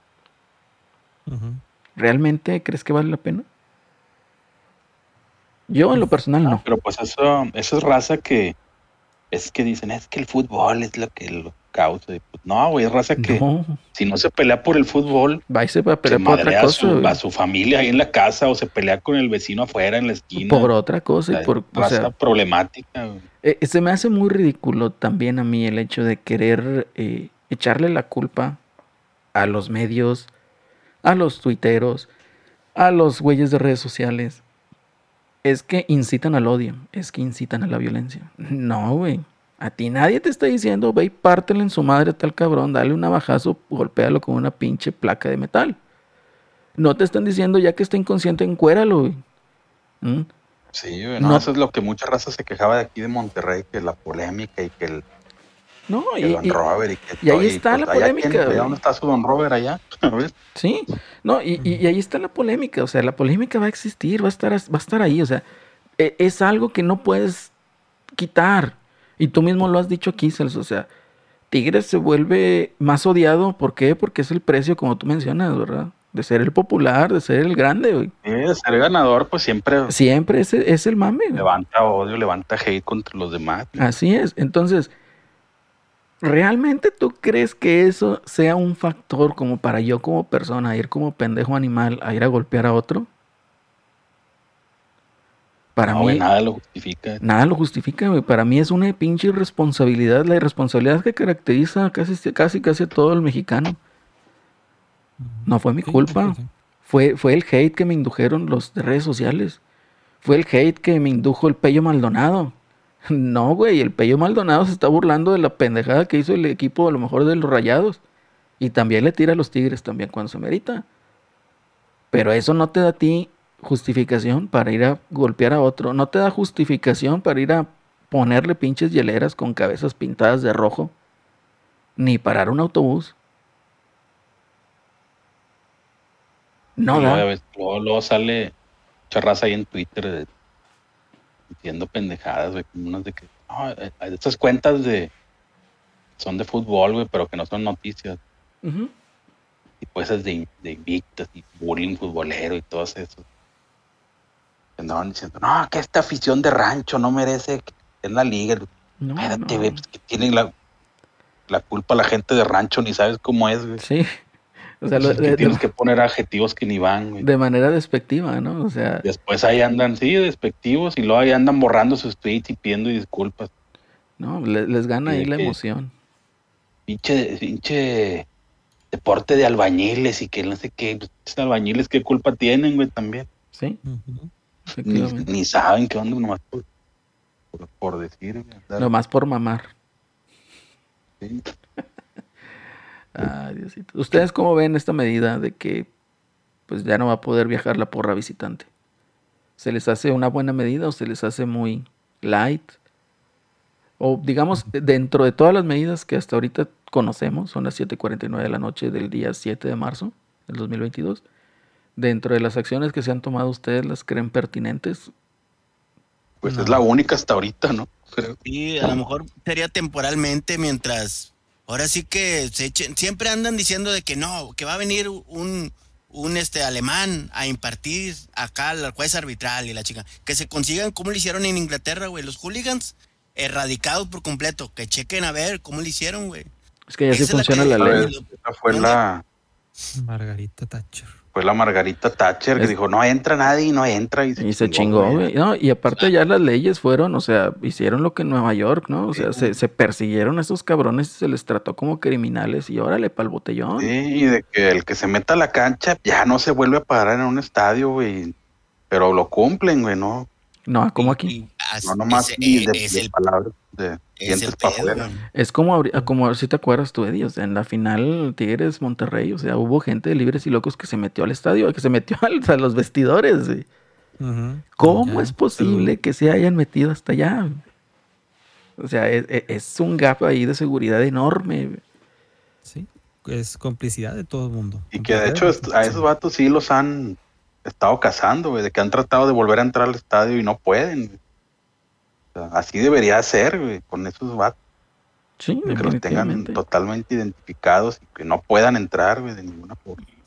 Ujú. ¿Realmente crees que vale la pena? Yo en lo personal no. Pero pues eso es raza que dicen, es que el fútbol es lo que lo causa. Y pues no, güey, es raza que No, si no se pelea por el fútbol, va y se va a se pelear por otra madrea cosa, a güey. su familia ahí en la casa o se pelea con el vecino afuera en la esquina. Por otra cosa y O sea, por, o raza sea, problemática, güey. se me hace muy ridículo también a mí el hecho de querer echarle la culpa a los medios, a los tuiteros, a los güeyes de redes sociales. Es que incitan al odio, es que incitan a la violencia. No, güey. A ti nadie te está diciendo, ve y pártele en su madre a tal cabrón, dale un navajazo, golpéalo con una pinche placa de metal. No te están diciendo, ya que está inconsciente, encuéralo, güey. ¿Mm? Sí, güey, no, No, eso es lo que mucha raza se quejaba de aquí de Monterrey, que la polémica y que el no, Don Robert y que y ahí todo. está Pues, la allá, polémica, allá güey. ¿dónde está su Don Robert allá? A ver. Sí, no, y ahí está la polémica, o sea, la polémica va a existir, va a estar ahí, o sea, es algo que no puedes quitar. Y tú mismo lo has dicho aquí, Celso, o sea, Tigres se vuelve más odiado, ¿por qué? Porque es el precio, como tú mencionas, ¿verdad? De ser el popular, de ser el grande, güey. Ser ganador, pues siempre Siempre es el mame, güey. levanta odio, levanta hate contra los demás. Así es, entonces, ¿realmente tú crees que eso sea un factor como para yo como persona ir como pendejo animal a ir a golpear a otro? Para No, güey, mí, nada lo justifica. nada lo justifica, güey. Para mí es una pinche irresponsabilidad, la irresponsabilidad que caracteriza casi a todo el mexicano. No fue mi Sí, culpa. sí. Fue el hate que me indujeron los de redes sociales. Fue el hate que me indujo el Pello Maldonado. No, güey, el Pello Maldonado se está burlando de la pendejada que hizo el equipo, a lo mejor de los Rayados. Y también le tira a los Tigres también cuando se merita. Pero eso no te da a ti justificación para ir a golpear a otro. No te da justificación para ir a ponerle pinches hieleras con cabezas pintadas de rojo. Ni parar un autobús. No Y luego, ya da. ves, luego sale mucha raza ahí en Twitter diciendo pendejadas, güey, como unas de que no, estas cuentas son de fútbol, güey, pero que no son noticias. Ujú. Y pues es de invictas y bullying futbolero y todo eso. Andaban diciendo, no, que esta afición de rancho no merece que esté en la liga. No, Espérate, no. güey, pues que tienen la culpa la gente de rancho, ni sabes cómo es, güey. Sí. O sea, Pues es que tienes que poner adjetivos que ni van, güey. de manera despectiva, ¿no? O sea, Después ahí andan, sí, despectivos, y luego ahí andan borrando sus tweets y pidiendo disculpas. no, les gana Y ahí de la que- emoción. Pinche deporte de albañiles y que no sé qué. Pues, estos albañiles, ¿qué culpa tienen, güey, también? Sí, Ujú. efectivamente. Ni saben qué onda, nomás por decir, güey. Andar, Nomás por mamar. sí. Ay, Diosito. ¿Ustedes cómo ven esta medida de que pues ya no va a poder viajar la porra visitante? ¿Se les hace una buena medida o se les hace muy light? O digamos, dentro de todas las medidas que hasta ahorita conocemos, son las 7:49 de la noche del día 7 de marzo del 2022, dentro de las acciones que se han tomado, ¿ustedes las creen pertinentes? Pues No. es la única hasta ahorita, ¿no? Creo. Y a lo mejor sería temporalmente mientras, ahora sí que siempre andan diciendo de que no, que va a venir un alemán a impartir acá al juez arbitral y la chica, que se consigan como lo hicieron en Inglaterra, güey, los hooligans erradicados por completo, que chequen a ver cómo lo hicieron, güey. Es que ya sí Esa es la funciona que- la ley. Esa Margarita Thatcher. fue la Margarita Thatcher que Es- dijo, no entra nadie y no entra. Y Y se chingó, güey. No, y aparte ya las leyes fueron, o sea, hicieron lo que en Nueva York, ¿no? O sea, se persiguieron a esos cabrones y se les trató como criminales y órale pa'l botellón. Sí, y de que el que se meta a la cancha ya no se vuelve a parar en un estadio, güey. Pero lo cumplen, güey, ¿no? No, como aquí. Y No nomás ni de es el, palabras, de es dientes el para pedo, afuera. güey. Es como si te acuerdas tú, Eddie, o sea, en la final Tigres Monterrey, o sea, hubo gente de Libres y Locos que se metió al estadio, que se metió a los vestidores, güey. Ujú. ¿Cómo Ya, es posible que se hayan metido hasta allá? O sea, es un gap ahí de seguridad enorme, güey. Sí, es complicidad de todo el mundo. Y que de hecho a esos vatos sí los han estado cazando, güey, de que han tratado de volver a entrar al estadio y no pueden. O sea, así debería ser, güey, con esos vatos, Sí, de que los tengan definitivamente. totalmente identificados y que no puedan entrar, güey, de ninguna forma.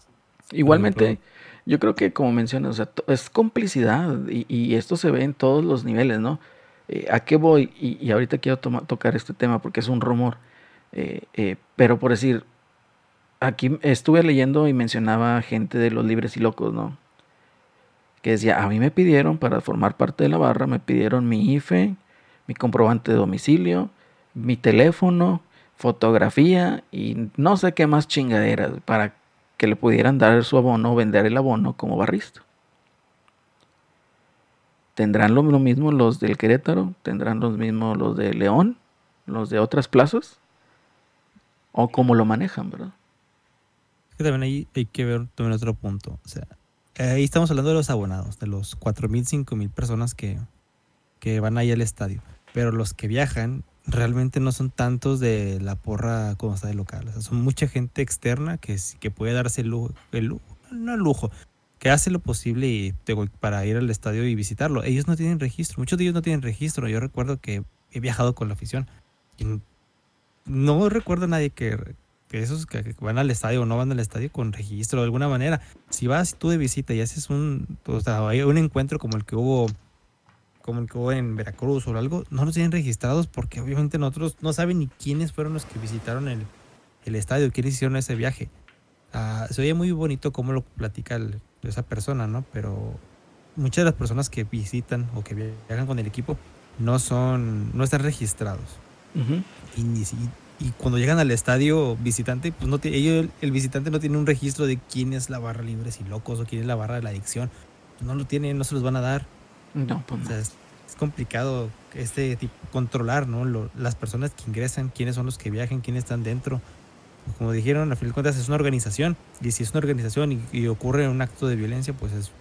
Igualmente, yo creo que como mencionas, o sea, es complicidad y esto se ve en todos los niveles, ¿no? ¿A qué voy? Y ahorita quiero tocar este tema porque es un rumor. Pero por decir, aquí estuve leyendo y mencionaba gente de los libres y locos, ¿no? Que decía, a mí me pidieron para formar parte de la barra, me pidieron mi IFE, mi comprobante de domicilio, mi teléfono, fotografía y no sé qué más chingaderas para que le pudieran dar su abono o vender el abono como barrista. ¿Tendrán lo mismo los del Querétaro? ¿Tendrán los mismos los de León? ¿Los de otras plazas? ¿O cómo lo manejan, verdad? Es que también ahí hay que ver también otro punto. O sea, ahí estamos hablando de los abonados, de los 4,000, 5,000 personas que van ahí al estadio. Pero los que viajan realmente no son tantos de la porra como está de local. O sea, son mucha gente externa que puede darse no el lujo, que hace lo posible para ir al estadio y visitarlo. Ellos no tienen registro, muchos de ellos no tienen registro. Yo recuerdo que he viajado con la afición y no recuerdo a nadie que esos que van al estadio o no van al estadio con registro de alguna manera. Si vas tú de visita y haces hay un encuentro como el que hubo en Veracruz o algo, no los tienen registrados porque obviamente nosotros no saben ni quiénes fueron los que visitaron el estadio, quiénes hicieron ese viaje. Se oye muy bonito cómo lo platica esa persona, ¿no? Pero muchas de las personas que visitan o que viajan con el equipo no están registrados. Uh-huh. Y cuando llegan al estadio visitante, pues el visitante no tiene un registro de quién es la barra Libres y Locos o quién es la barra de la adicción. No lo tienen, no se los van a dar. No, pues no. O sea, es complicado controlar, ¿no? Las personas que ingresan, quiénes son los que viajan, quiénes están dentro. Como dijeron, al final de cuentas es una organización. Y si es una organización y ocurre un acto de violencia, pues es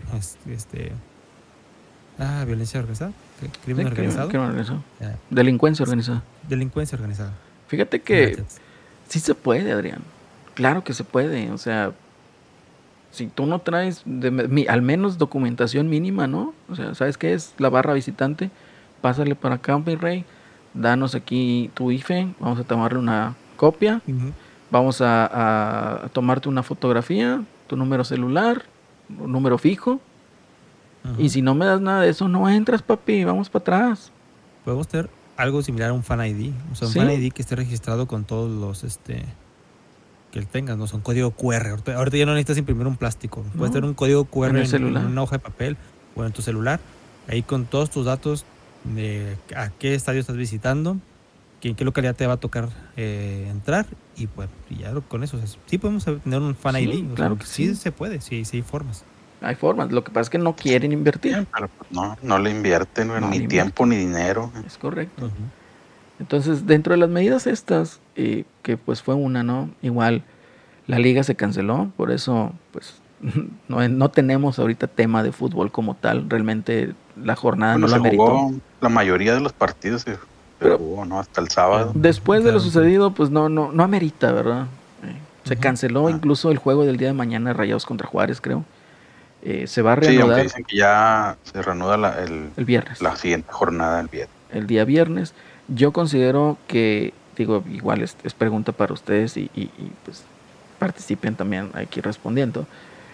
violencia organizada. Crimen organizado. Crimen organizado. Delincuencia organizada. Delincuencia organizada. Fíjate que sí se puede, Adrián. Claro que se puede. O sea, si tú no traes al menos documentación mínima, ¿no? O sea, ¿sabes qué es la barra visitante? Pásale para acá, mi rey. Danos aquí tu IFE. Vamos a tomarle una copia. Uh-huh. Vamos a tomarte una fotografía, tu número celular, número fijo. Uh-huh. Y si no me das nada de eso, no entras, papi. Vamos para atrás. Podemos tener algo similar a un Fan ID. O sea, un Fan ID que esté registrado con todos los que él tenga, ¿no? Son código QR. Ahorita ya no necesitas imprimir un plástico. Puedes tener un código QR en una hoja de papel o en tu celular. Ahí con todos tus datos de a qué estadio estás visitando, en qué localidad te va a tocar entrar. Y pues ya con eso. O sea, sí podemos tener un Fan ID. Claro que sí. Sí se puede. Sí hay formas. Hay formas. Lo que pasa es que no quieren invertir. Pero no le invierten ni tiempo ni dinero. Es correcto. Uh-huh. Entonces, dentro de las medidas estas, que pues fue una, ¿no? Igual la liga se canceló, por eso pues no tenemos ahorita tema de fútbol como tal. Realmente la jornada no la meritó. La mayoría de los partidos se jugó, ¿no? Hasta el sábado. Después de lo sucedido, pues no amerita, ¿verdad? Se canceló incluso el juego del día de mañana, Rayados contra Juárez, creo. Se va a reanudar. Sí, aunque dicen que ya se reanuda el viernes. La siguiente jornada el viernes. El día viernes. Yo considero que, igual es pregunta para ustedes y pues participen también aquí respondiendo.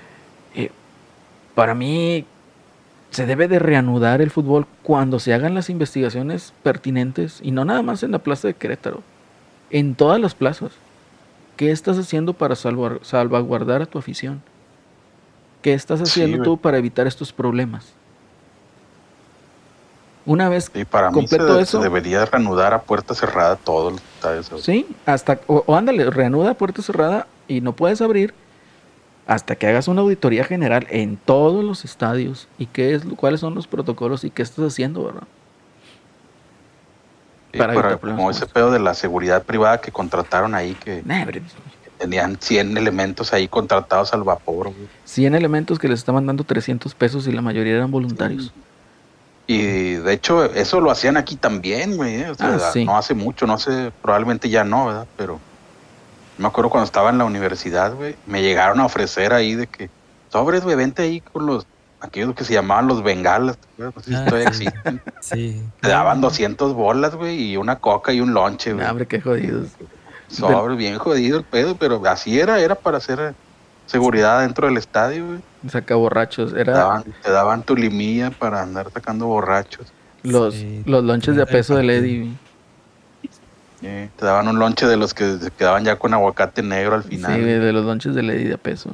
Para mí se debe de reanudar el fútbol cuando se hagan las investigaciones pertinentes y no nada más en la plaza de Querétaro, en todas las plazas. ¿Qué estás haciendo para salvaguardar a tu afición? ¿Qué estás haciendo tú para evitar estos problemas? Una vez completo eso, se debería reanudar a puerta cerrada todos los estadios. Sí, o ándale, reanuda a puerta cerrada y no puedes abrir hasta que hagas una auditoría general en todos los estadios y cuáles son los protocolos y qué estás haciendo, ¿verdad? Para como ese pedo de la seguridad privada que contrataron ahí, que tenían 100 elementos ahí contratados al vapor. Güey. 100 elementos que les estaban dando 300 pesos y la mayoría eran voluntarios. Sí. Y de hecho, eso lo hacían aquí también, güey. O sea, sí. No hace mucho, no sé, probablemente ya no, ¿verdad? Pero me acuerdo cuando estaba en la universidad, güey, me llegaron a ofrecer ahí de que, sobres, güey, vente ahí con aquellos que se llamaban los bengalas, no sé si todavía existen. Sí. Te daban 200 bolas, güey, y una coca y un lonche, güey. Hombre, qué jodidos. Sobre, bien jodido el pedo, pero así era para hacer seguridad dentro del estadio, güey. Saca borrachos. Era Te daban tu limilla para andar sacando borrachos. los lonches de a peso de Lady. Te daban un lonche de los que se quedaban ya con aguacate negro al final. Sí, de los lonches de Lady de a peso.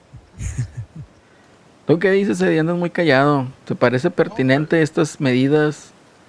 ¿Tú qué dices, Eddie? Andas muy callado. ¿Te parece pertinente estas medidas?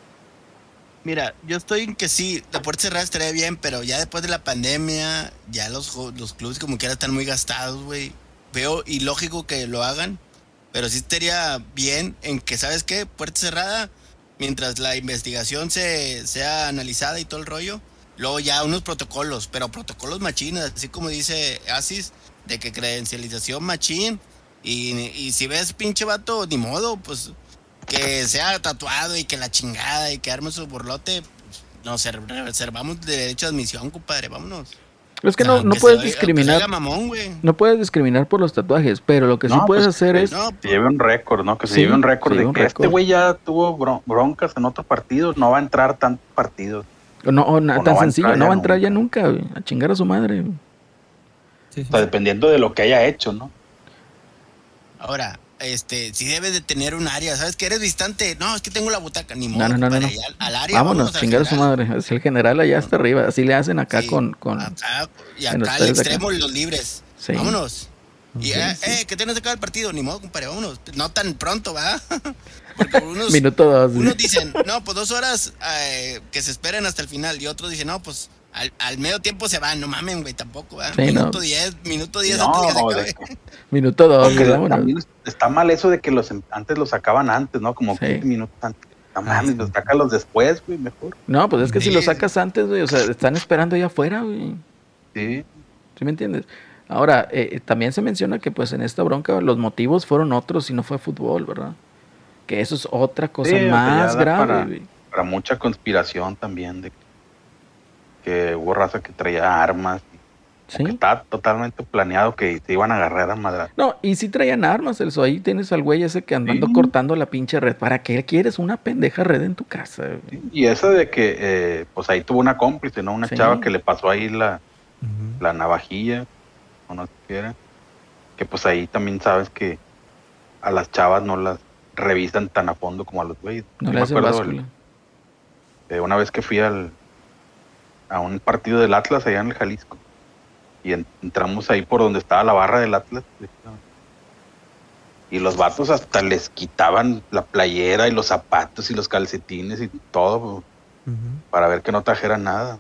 Mira, yo estoy en que sí, la puerta cerrada estaría bien, pero ya después de la pandemia, ya los clubes como quiera están muy gastados, güey. Veo ilógico que lo hagan, pero sí estaría bien en que, ¿sabes qué? Puerta cerrada, mientras la investigación sea analizada y todo el rollo. Luego ya unos protocolos, pero protocolos machinas, así como dice Asis, de que credencialización machín. Y si ves pinche vato, ni modo, pues que sea tatuado y que la chingada y que arme su burlote, pues, nos reservamos derecho de admisión, compadre, vámonos. Pero es que no Que puedes se discriminar. oiga mamón, güey. No puedes discriminar por los tatuajes, pero lo que sí No, puedes pues, hacer es... No, Que lleve un récord, ¿no? Que se Sí, lleve un récord sí, de un que récord. este güey ya tuvo broncas en otros partidos, no va a entrar tantos partidos. No, no tan va a sencillo, entrar no ya va a entrar ya nunca, güey, a chingar a su madre. Güey. Sí, sí. O sea, dependiendo de lo que haya hecho, ¿no? Ahora, si debes de tener un área, ¿sabes que eres distante? No, es que tengo la butaca, ni modo, No. compadre, ya al área, Vámonos, al chingar a su general. madre. Es el general allá hasta arriba. Así le hacen acá Sí, con acá, y en los acá al estadios de acá. extremo los libres. Sí. Vámonos. Y Sí. que tienes acá el partido, ni modo, compadre, vámonos. No tan pronto, ¿va? Porque Minuto 2. unos dicen, no, pues 2 horas que se esperen hasta el final. Y otros dicen, no, pues al medio tiempo se van. No mamen, güey, tampoco, ¿va? Sí, minuto no. 10 No, antes de de que se acabe. Minuto 2. Porque vámonos. también está mal eso de que antes los sacaban antes, ¿no? Como Sí. 15 minutos antes. No Ah, mames, sí. los sácalos después, güey, mejor. No, pues es que si Sí. lo sacas antes, güey, o sea, están esperando allá afuera, güey. Sí. ¿Sí me entiendes? Ahora, también se menciona que pues en esta bronca los motivos fueron otros y no fue fútbol, ¿verdad? Que eso es otra cosa Sí, o sea, más ya da grave, güey. para mucha conspiración también de que hubo raza que traía armas. Que Sí. estaba totalmente planeado que se iban a agarrar a madras. No, y sí traían armas, Celso. Ahí tienes al güey ese que andando Sí. cortando la pinche red. ¿Para qué quieres una pendeja red en tu casa, güey? Y eso de que, pues ahí tuvo una cómplice, ¿no? Una Sí. chava que le pasó ahí la Ujú. navajilla, o no sé qué era. Que pues ahí también sabes que a las chavas no las revisan tan a fondo como a los güeyes. No Yo le me hacen acuerdo báscula. una vez que fui a un partido del Atlas allá en el Jalisco. Y entramos ahí por donde estaba la barra del Atlas. Y los vatos hasta les quitaban la playera y los zapatos y los calcetines y todo Ujú. para ver que no trajeran nada.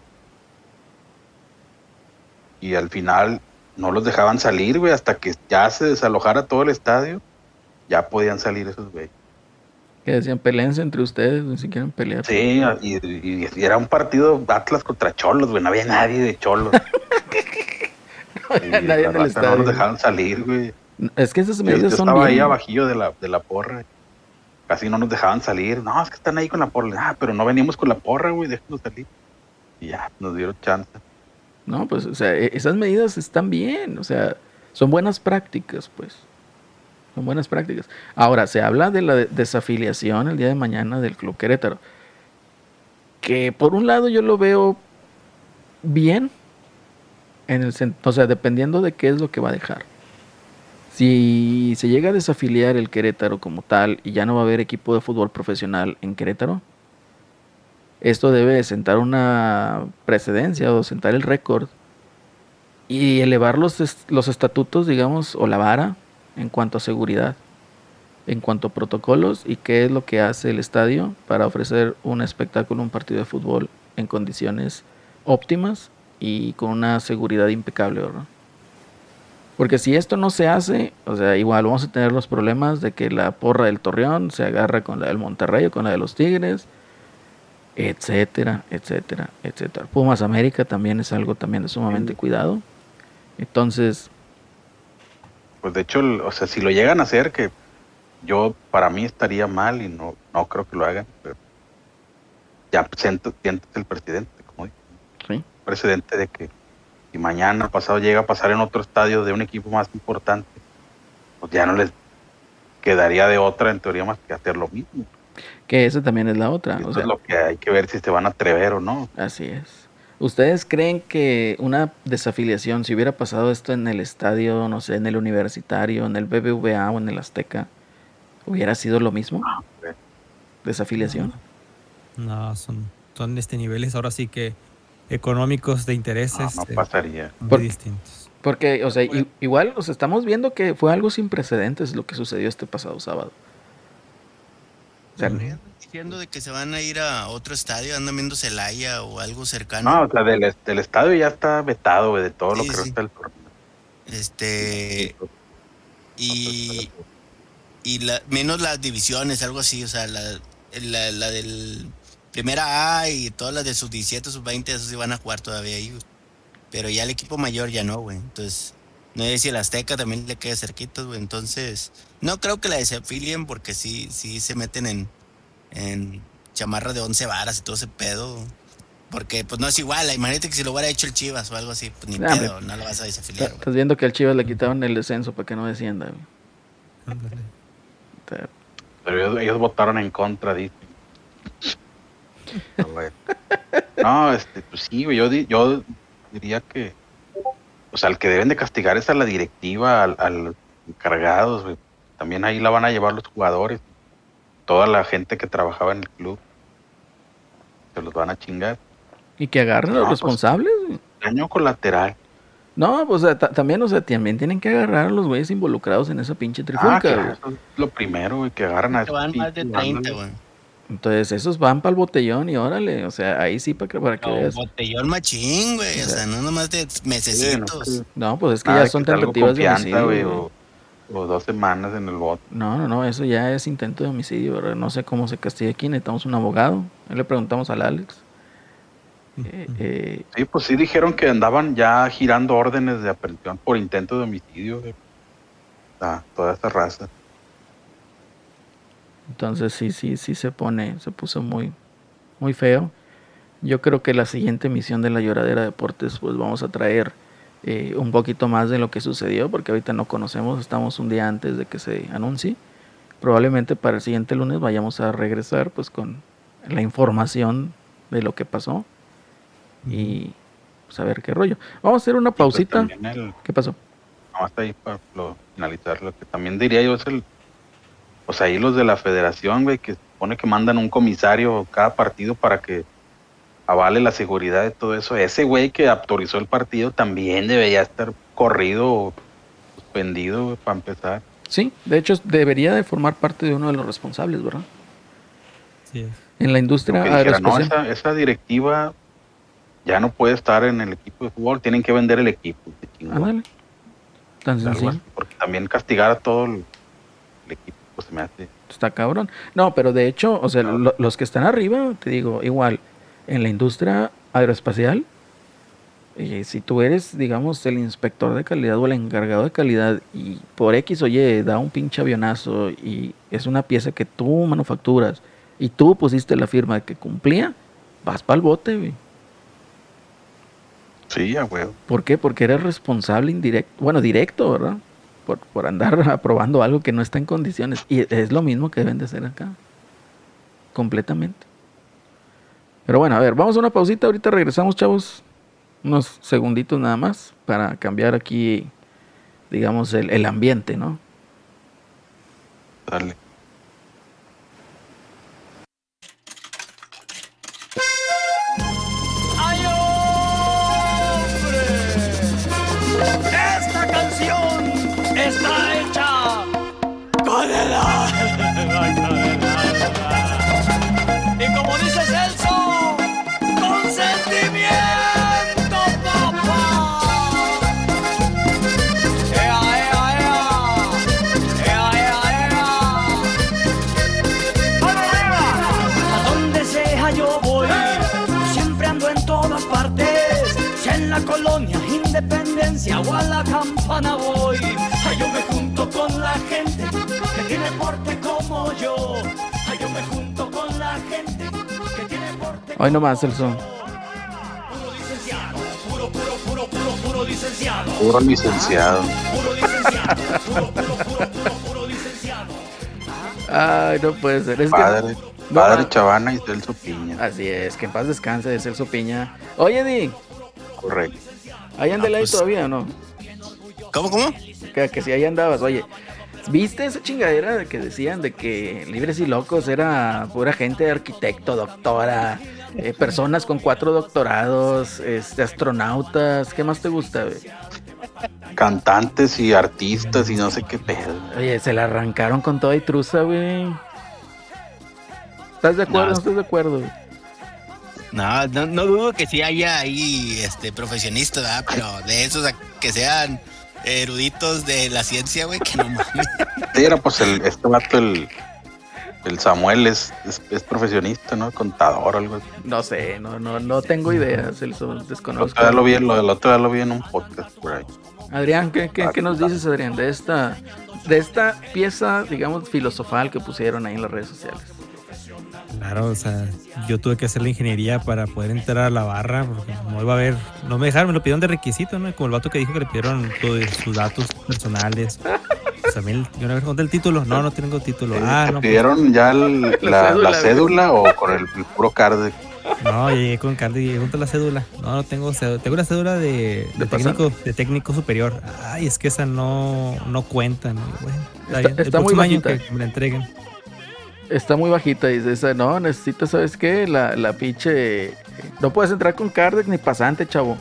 Y al final no los dejaban salir, güey, hasta que ya se desalojara todo el estadio. Ya podían salir esos güeyes. Que decían, peleense entre ustedes, ni siquiera pelear. Sí, y era un partido Atlas contra Cholos, güey, no había nadie de Cholos. Y Nadie la en el raza no estadio. los dejaban salir, güey. Es que esas Yo medidas son estaba ahí bien. abajillo de la porra. Casi no nos dejaban salir. No, es que están ahí con la porra. Ah, pero no venimos con la porra, güey, déjanos salir. Y ya, nos dieron chance. No, pues, o sea, esas medidas están bien. O sea, son buenas prácticas, pues. Son buenas prácticas. Ahora, se habla de la desafiliación el día de mañana del Club Querétaro. Que por un lado yo lo veo bien. O sea, dependiendo de qué es lo que va a dejar. Si se llega a desafiliar el Querétaro como tal y ya no va a haber equipo de fútbol profesional en Querétaro, esto debe sentar una precedencia o sentar el récord y elevar los estatutos, digamos, o la vara en cuanto a seguridad, en cuanto a protocolos y qué es lo que hace el estadio para ofrecer un espectáculo, un partido de fútbol en condiciones óptimas y con una seguridad impecable, ¿verdad? Porque si esto no se hace, o sea, igual vamos a tener los problemas de que la porra del Torreón se agarra con la del Monterrey o con la de los Tigres, etcétera, etcétera, etcétera. Pumas América también es algo también de sumamente cuidado. Entonces, Pues de hecho, o sea, si lo llegan a hacer, que para mí estaría mal y no creo que lo hagan, pero ya siéntate el presidente, como dice, sí, presidente de que si mañana pasado llega a pasar en otro estadio de un equipo más importante, pues ya no les quedaría de otra en teoría más que hacer lo mismo. que esa también es la otra. Y O esto sea, es lo que hay que ver si se van a atrever o no. así es. ¿Ustedes creen que una desafiliación, si hubiera pasado esto en el estadio, no sé, en el Universitario, en el BBVA o en el Azteca, hubiera sido lo mismo? ¿Desafiliación? No, son niveles ahora sí que económicos de intereses No pasaría. muy distintos. Porque, o sea, igual, o sea, estamos viendo que fue algo sin precedentes lo que sucedió este pasado sábado. O sea, Diciendo de que se van a ir a otro estadio, andan viendo Celaya o algo cercano. No, o sea, del estadio ya está vetado, güey, de todo lo Sí, que sí. resta del torneo. Y menos las divisiones, algo así, o sea, la del primera A y todas las de sus 17, sus 20, esos sí van a jugar todavía ahí, güey. Pero ya el equipo mayor ya no, güey. Entonces, no sé si el Azteca también le quede cerquitos, güey. Entonces, no creo que la desafilien porque sí se meten en chamarra de 11 varas y todo ese pedo. Porque pues no es igual, imagínate que si lo hubiera hecho el Chivas o algo así, pues ni pedo, no lo vas a desafiliar, güey. estás viendo que al Chivas le quitaron el descenso para que no descienda, güey. Ándale. Pero ellos votaron en contra, dice. Pero bueno. No, pues sí, güey, yo diría que, o sea, el que deben de castigar es a la directiva, al encargados, güey. También ahí la van a llevar los jugadores, toda la gente que trabajaba en el club, se los van a chingar. Y que agarren a los responsables, güey. Daño colateral. No, pues o sea, también, o sea, también tienen que agarrar a los güeyes involucrados en esa pinche trifulca, Claro, güey. eso es lo primero, güey, que agarran a esos Van más de pinches 30, bandas. güey. Entonces, esos van para el botellón y órale, o sea, ahí sí para que veas. Botellón machín, güey, o sea, no nomás de mesecitos. No, pues es que Nada ya de son que salgo tentativas de confianza, homicidio, güey, güey. o 2 semanas en el bote. No, eso ya es intento de homicidio, ¿verdad? No sé cómo se castiga aquí, necesitamos un abogado. Ahí le preguntamos al Alex. Sí, pues sí dijeron que andaban ya girando órdenes de aprehensión por intento de homicidio, güey. Toda esta raza. Entonces sí se puso muy, muy feo. Yo creo que la siguiente emisión de La Lloradera Deportes, pues vamos a traer un poquito más de lo que sucedió, porque ahorita no conocemos, estamos un día antes de que se anuncie. Probablemente para el siguiente lunes vayamos a regresar pues con la información de lo que pasó y pues a ver qué rollo. Vamos a hacer una pausita. Pues ¿Qué pasó? No, hasta ahí para finalizar, lo que también diría yo es pues ahí los de la federación, güey, que se supone que mandan un comisario cada partido para que avale la seguridad de todo eso. Ese güey que autorizó el partido también debería estar corrido o suspendido, güey, para empezar. Sí, de hecho debería de formar parte de uno de los responsables, ¿verdad? Sí es. En la industria Dijera, aeroespacial. no, esa directiva ya no puede estar en el equipo de fútbol, tienen que vender el equipo. Ándale. Tan sencillo. Porque también castigar a todo el equipo, pues se me hace. Está cabrón. No, pero de hecho, o sea, los que están arriba, te digo, igual, en la industria aeroespacial, si tú eres, digamos, el inspector de calidad o el encargado de calidad y por X o Y da un pinche avionazo y es una pieza que tú manufacturas y tú pusiste la firma de que cumplía, vas para el bote, güey. Sí, a huevo. ¿Por qué? Porque eres responsable indirecto, bueno, directo, ¿verdad? Por andar aprobando algo que no está en condiciones. Y es lo mismo que deben de hacer acá. Completamente. Pero bueno, a ver, vamos a una pausita. Ahorita regresamos, chavos. Unos segunditos nada más para cambiar aquí, digamos, el ambiente, ¿no? Dale. Esta canción está hecha con el alma. Y como dice Celso, con sentimiento, papá. Ea, ea, ea. Ea, ea, ea. A donde sea yo voy, siempre ando en todas partes. Si en la colonia Independencia o a la Campana voy, ay, yo me junto con la gente que tiene porte como yo. Ay, yo me junto con la gente que tiene porte. Hoy nomás, Celso. Puro licenciado, puro licenciado. Puro licenciado. Puro licenciado, puro licenciado. Ay, no puede ser. Es Padre. que Padre Bueno, Chavana y Celso Piña. así es, que en paz descanse de Celso Piña. Oye, Di, Correcto. ¿ahí andas ahí pues- todavía o no? ¿Cómo? Que si ahí andabas, oye. ¿Viste esa chingadera de que decían de que Libres y Locos era pura gente, arquitecto, doctora, personas con 4 doctorados, astronautas? ¿Qué más te gusta, güey? Cantantes y artistas y no sé qué pedo. Oye, se la arrancaron con toda y truza, güey. ¿Estás de acuerdo o no estás de acuerdo, güey? No dudo que sí haya ahí profesionistas, ¿verdad? Pero de esos a que sean eruditos de la ciencia, güey, que no mames. Sí, era pues este vato, el Samuel es profesionista, ¿no? Contador o algo así. No sé, no tengo idea, Celso, desconozco. El otro día lo vi en un podcast por ahí. Adrián, ¿qué nos dices, Adrián, de esta pieza, digamos, filosofal que pusieron ahí en las redes sociales? Claro, o sea, yo tuve que hacer la ingeniería para poder entrar a la barra, porque no iba a haber, no me dejaron, me lo pidieron de requisito, ¿no? Como el vato que dijo que le pidieron sus datos personales. O sea, yo una vez conté el título, no tengo título. ¿Te No, pues, pidieron ya la cédula o con el puro card? no, llegué con Cardi y llegué con la cédula. No tengo cédula, tengo la cédula de técnico superior. Ay, es que esa no cuenta, ¿no? Bueno, Está el muy próximo año bajita. que me la entreguen. Está muy bajita, dice esa, no, necesitas, ¿sabes qué? La pinche... No puedes entrar con Cardex ni pasante, chavo.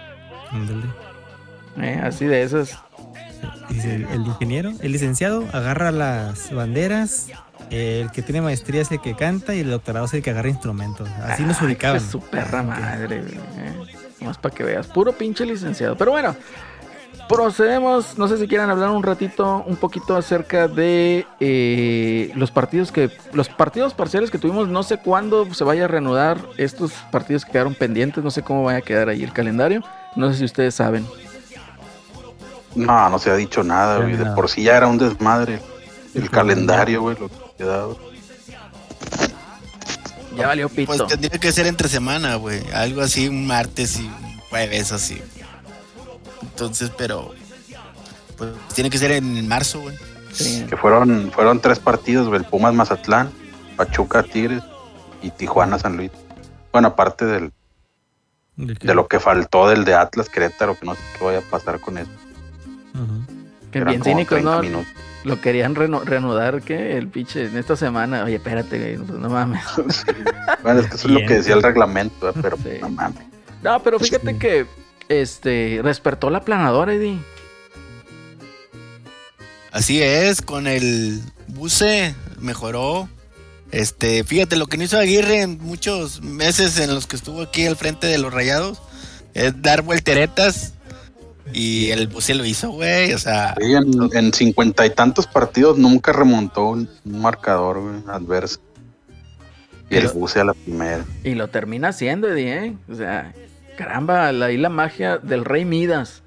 Ándale. Así de esas. Dice, el ingeniero, el licenciado agarra las banderas, el que tiene maestría es el que canta y el doctorado es el que agarra instrumentos. Así nos ubicaban. Es su perra madre, güey. Nomás para que veas, puro pinche licenciado. Pero bueno, procedemos, no sé si quieran hablar un poquito acerca de los partidos parciales que tuvimos. No sé cuándo se vaya a reanudar estos partidos que quedaron pendientes, no sé cómo vaya a quedar ahí el calendario. No sé si ustedes saben. No se ha dicho nada, güey. De por sí ya era un desmadre el calendario, güey, lo que quedaba. Ya valió pito. Pues tendría que ser entre semana, güey. Algo así, un martes y un jueves, así. Entonces, pero pues tiene que ser en marzo, güey. Sí. Que fueron 3 partidos, güey. El Pumas Mazatlán, Pachuca Tigres y Tijuana San Luis. Bueno, aparte de lo que faltó del de Atlas Querétaro, que no sé qué vaya a pasar con eso. Que Eran bien como cínicos, 30 ¿no? minutos. Lo querían reanudar, que el pinche en esta semana. Oye, espérate, güey, no mames. Bueno, es que eso es lo que decía el reglamento, pero Sí. no mames. No, pero fíjate que despertó la planadora, Eddie. Así es, con el buce mejoró. Fíjate, lo que no hizo Aguirre en muchos meses en los que estuvo aquí al frente de los Rayados es dar volteretas. Y el buce lo hizo, güey, o sea... Sí, en 50 y tantos partidos nunca remontó un marcador, güey, adverso. Y el buce a la primera. Y lo termina haciendo, Eddie, ¿eh? O sea, caramba, ahí la magia del Rey Midas.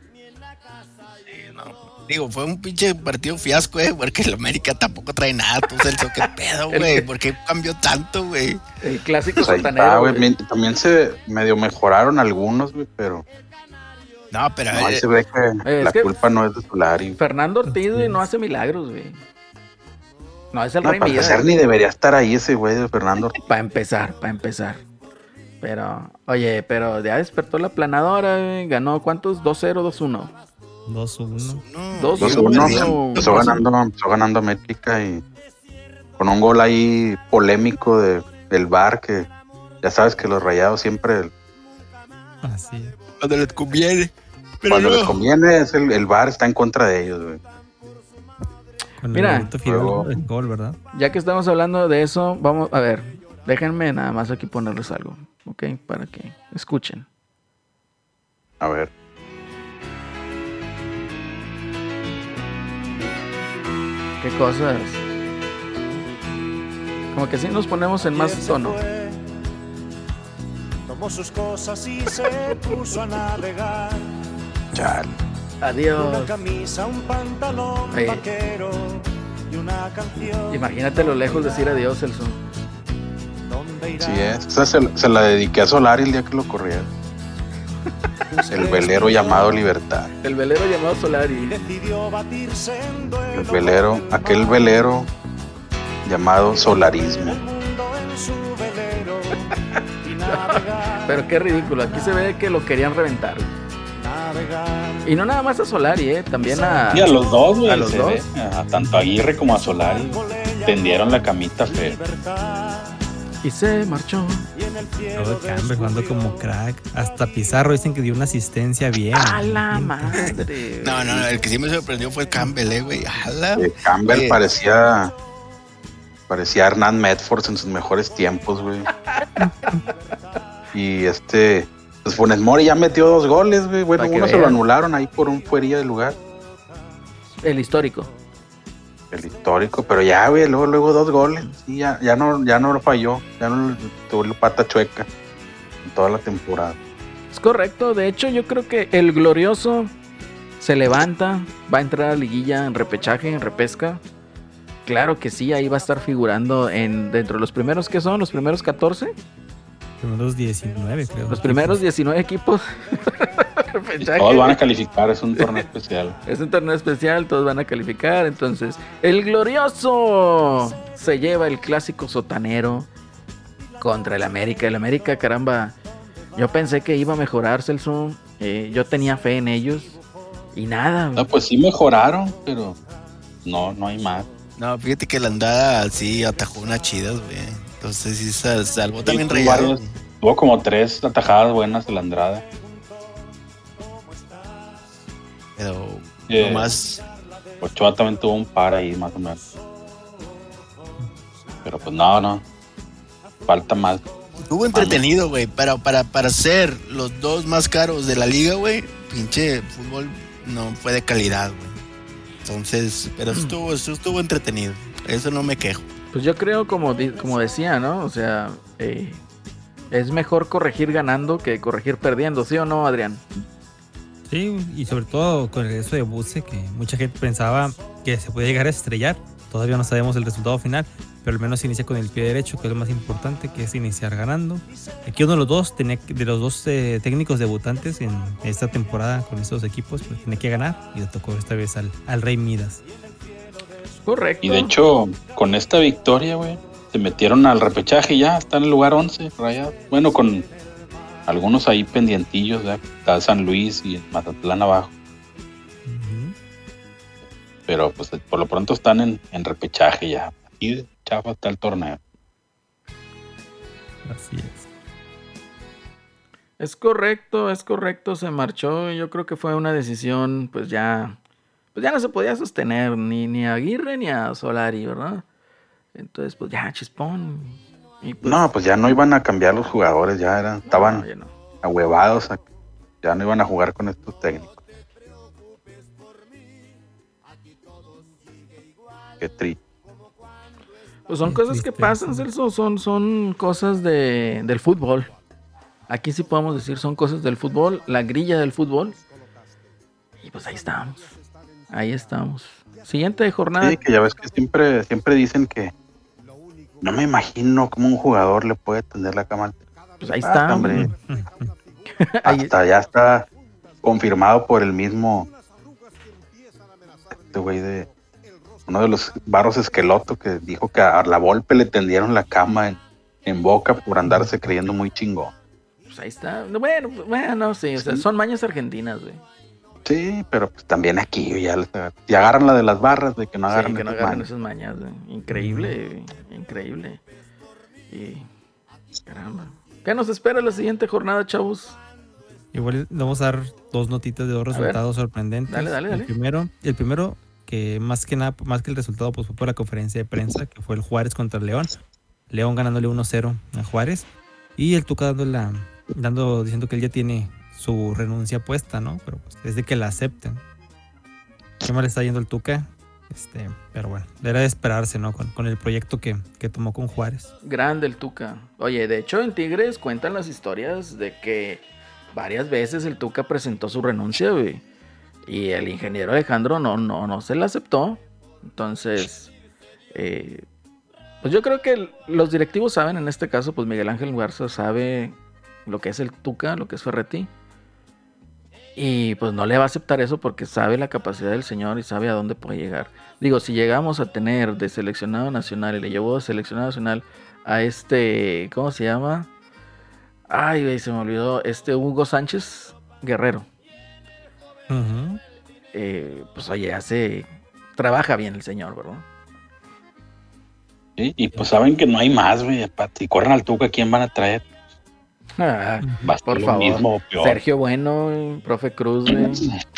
Digo, fue un pinche partido fiasco, porque el América tampoco trae nada. Tú, Celso, qué pedo, güey. ¿Por qué cambió tanto, güey? El clásico Pues ahí sotanero, está, güey. güey. También se medio mejoraron algunos, güey, pero No, pero no, ahí se ve que es la que culpa no es de Solari. Fernando Ortiz, güey, no hace milagros, güey. No, es el No, Rey para Midas. empezar ni debería estar ahí ese güey de Fernando Ortiz. Para empezar. Pero, oye, ya despertó la planadora, güey. Ganó, ¿cuántos? 2-0, 2-1. 2-1. no, 2-1, empezó ganando América y con un gol ahí polémico del VAR, que ya sabes que los Rayados siempre, Así. cuando les conviene. Pero cuando no. les conviene, el VAR está en contra de ellos, güey. Con Mira, el momento final del gol, ¿verdad? Ya que estamos hablando de eso, vamos a ver. Déjenme nada más aquí ponerles algo, ¿ok? Para que escuchen. A ver. Qué cosas. Como que sí nos ponemos en más tono. Tomó sus cosas y se puso a navegar. Chale. Una Adiós. camisa, un pantalón Oye. vaquero y una canción. Imagínate lo lejos de decir adiós, Elson. ¿Dónde irá? Sí es. Esa se la dediqué a Solari el día que lo corrieron. El velero llamado Libertad. El velero llamado Solari. Decidió batirse en duelo. El velero, aquel velero llamado Solarismo. El mundo su velero y navegar. Pero qué ridículo, aquí se ve que lo querían reventar. Y no nada más a Solari, también a... Y a los dos, güey. A los dos. Tanto a Aguirre como a Solari. Tendieron la camita fea. Y se marchó. Todo Campbell jugando como crack. Hasta Pizarro dicen que dio una asistencia bien. ¡A la madre! No, el que sí me sorprendió fue Campbell, güey. Campbell Oye. parecía Hernán Medford en sus mejores tiempos, güey. Y pues Funes Mori ya metió 2 goles, güey. Bueno, uno se lo anularon ahí por un fuería de lugar. El histórico. El histórico, pero ya, güey, luego 2 goles. Y ya no lo falló. Ya no tuvo la pata chueca en toda la temporada. Es correcto, de hecho yo creo que el glorioso se levanta, va a entrar a liguilla en repechaje, en repesca. Claro que sí, ahí va a estar figurando dentro de los primeros, ¿qué son? ¿Los primeros 14? Primeros 19, creo. Los primeros 19 equipos. Todos van a calificar, es un torneo especial. Es un torneo especial, todos van a calificar. Entonces, el glorioso se lleva el clásico sotanero contra el América. El América, caramba, yo pensé que iba a mejorar, Celso. Yo tenía fe en ellos. Y nada. No, pues sí mejoraron, pero no hay más. No, fíjate que la andada sí atajó unas chidas, güey. Entonces sí se salvó también tuvo Rayado. Tuvo como 3 atajadas buenas de la Andrada. Pero nomás. Ochoa también tuvo un par ahí, más o menos. Pero pues no. Falta más. Estuvo entretenido, güey. Pero para ser los 2 más caros de la liga, güey, pinche fútbol no fue de calidad, güey. Entonces, pero estuvo entretenido. Eso no me quejo. Pues yo creo, como decía, ¿no? O sea, es mejor corregir ganando que corregir perdiendo, ¿sí o no, Adrián? Sí, y sobre todo con el regreso de Buse, que mucha gente pensaba que se podía llegar a estrellar. Todavía no sabemos el resultado final, pero al menos inicia con el pie derecho, que es lo más importante, que es iniciar ganando. Aquí uno de los dos técnicos debutantes en esta temporada con estos equipos, pues tiene que ganar, y le tocó esta vez al Rey Midas. Correcto. Y de hecho, con esta victoria, güey, se metieron al repechaje y ya está en el lugar 11, Rayados. Bueno, con algunos ahí pendientillos, ¿verdad? Está San Luis y Mazatlán abajo. Uh-huh. Pero pues por lo pronto están en repechaje ya. Y de chafa está el torneo. Así es. Es correcto, se marchó. Yo creo que fue una decisión, pues ya no se podía sostener ni a Aguirre ni a Solari, ¿verdad? Entonces, pues ya, chispón. Y pues, No, pues ya no iban a cambiar los jugadores, estaban no, ya no. ahuevados, ya no iban a jugar con estos técnicos. Qué triste. Pues son cosas que pasan, Celso, son cosas del fútbol. Aquí sí podemos decir, son cosas del fútbol, la grilla del fútbol. Y pues ahí estamos. Siguiente jornada. Sí, que ya ves que siempre dicen que no me imagino cómo un jugador le puede tender la cama. Pues ahí está, hombre. Hasta ya está confirmado por el mismo güey de uno de los Barros Esqueloto, que dijo que a la Volpe le tendieron la cama en Boca por andarse creyendo muy chingón. Pues ahí está. Bueno, sí, o sea, son mañas argentinas, güey. Sí, pero pues también aquí ya si agarran la de las barras, de que no agarran, Sí, que no agarran esas mañas, güey. Increíble. Y caramba. ¿Qué nos espera la siguiente jornada, chavos? Igual vamos a dar 2 notitas de 2 resultados sorprendentes. Dale. El primero, que más que el resultado, pues fue por la conferencia de prensa, que fue el Juárez contra León. León ganándole 1-0 a Juárez. Y el Tuca diciendo que él ya tiene su renuncia puesta, ¿no? Pero pues es de que la acepten. Qué mal está yendo el Tuca. Pero bueno, era de esperarse, ¿no? Con el proyecto que tomó con Juárez. Grande el Tuca. Oye, de hecho en Tigres cuentan las historias de que varias veces el Tuca presentó su renuncia, güey. Y el ingeniero Alejandro no se la aceptó. Entonces, pues yo creo que los directivos saben, en este caso, pues Miguel Ángel Garza sabe lo que es el Tuca, lo que es Ferretti. Y pues no le va a aceptar eso porque sabe la capacidad del señor y sabe a dónde puede llegar. Digo, si llegamos a tener de seleccionado nacional y le llevó de seleccionado nacional a ¿cómo se llama? Ay, güey, se me olvidó, Hugo Sánchez Guerrero. Ujú. Pues oye, trabaja bien el señor, ¿verdad? Sí, y pues saben que no hay más, güey. Si corren al Tuca, ¿quién van a traer? Ah, Va a ser por lo favor. mismo o peor. Sergio Bueno, profe Cruz, güey.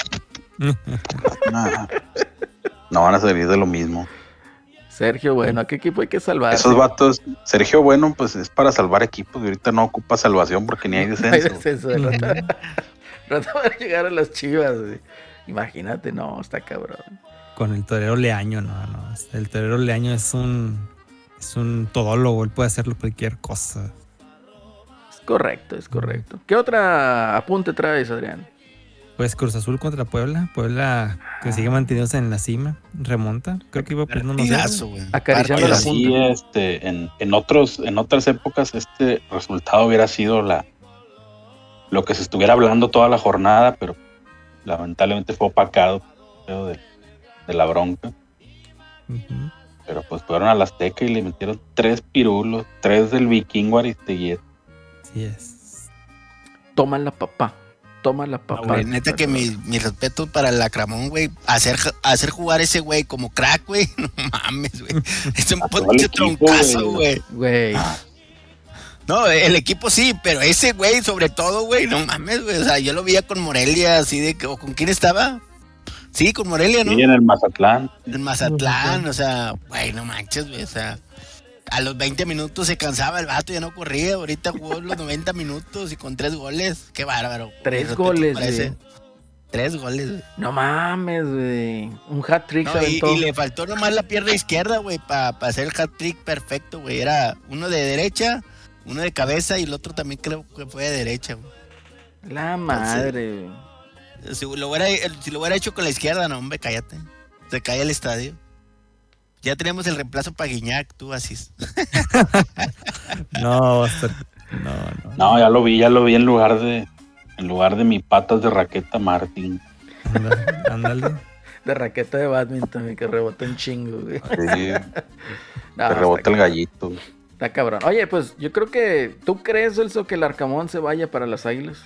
No van a salir de lo mismo. Sergio Bueno, ¿a qué equipo hay que salvar? Esos vatos, Sergio Bueno, pues es para salvar equipos. Y ahorita no ocupa salvación porque ni hay No hay descenso. descenso, Rato van a llegar a las Chivas, güey. Imagínate, no, está cabrón. Con el torero Leaño, no. El torero Leaño es un todólogo, él puede hacerlo cualquier cosa. Es correcto. ¿Qué otra apunte traes, Adrián? Pues Cruz Azul contra Puebla. Puebla que sigue manteniéndose en la cima. Remonta. Creo que iba perdiendo 1-0. Partidazo, güey. Acariciando la Partidazo. punta. Sí, en otras épocas este resultado hubiera sido lo que se estuviera hablando toda la jornada, pero lamentablemente fue opacado de la bronca. Ujú. Pero pues fueron a la Azteca y le metieron 3 pirulos, 3 del Vikingo Aristeguieta. Así es. Toma la papá. Güey, neta que mi respeto para el Lacramón, güey. Hacer jugar ese güey como crack, güey. No mames, güey. Es un A todo el pinche equipo, troncazo, güey. güey. Güey. No, el equipo sí, pero ese güey, sobre todo, güey, no mames, güey. O sea, yo lo veía con Morelia, así de que, ¿o con quién estaba? Sí, con Morelia, ¿no? Y en el Mazatlán. En Mazatlán, o sea, güey, no manches, güey. O sea, a los 20 minutos se cansaba el vato, ya no corría. Ahorita jugó los 90 minutos y con 3 goles. Qué bárbaro. 3 Mi respeto goles, para ese. güey. 3 goles, güey. No mames, güey. Un hat-trick se No, y aventó. le faltó nomás la pierna izquierda, güey, para hacer el hat-trick perfecto, güey. Era uno de derecha, uno de cabeza y el otro también creo que fue de derecha, güey. La madre, güey. Si lo hubiera hecho con la izquierda, no, hombre, cállate. Se cae el estadio. Ya tenemos el reemplazo para Guiñac, tú así. No. No, ya lo vi en lugar de mi patas de raqueta Martín. Ándale. De raqueta de badminton, güey, que rebota un chingo, güey. Sí, No, te rebota el gallito. Está cabrón. Oye, pues yo creo que... ¿Tú crees, Celso, que el Arcamón se vaya para las Águilas?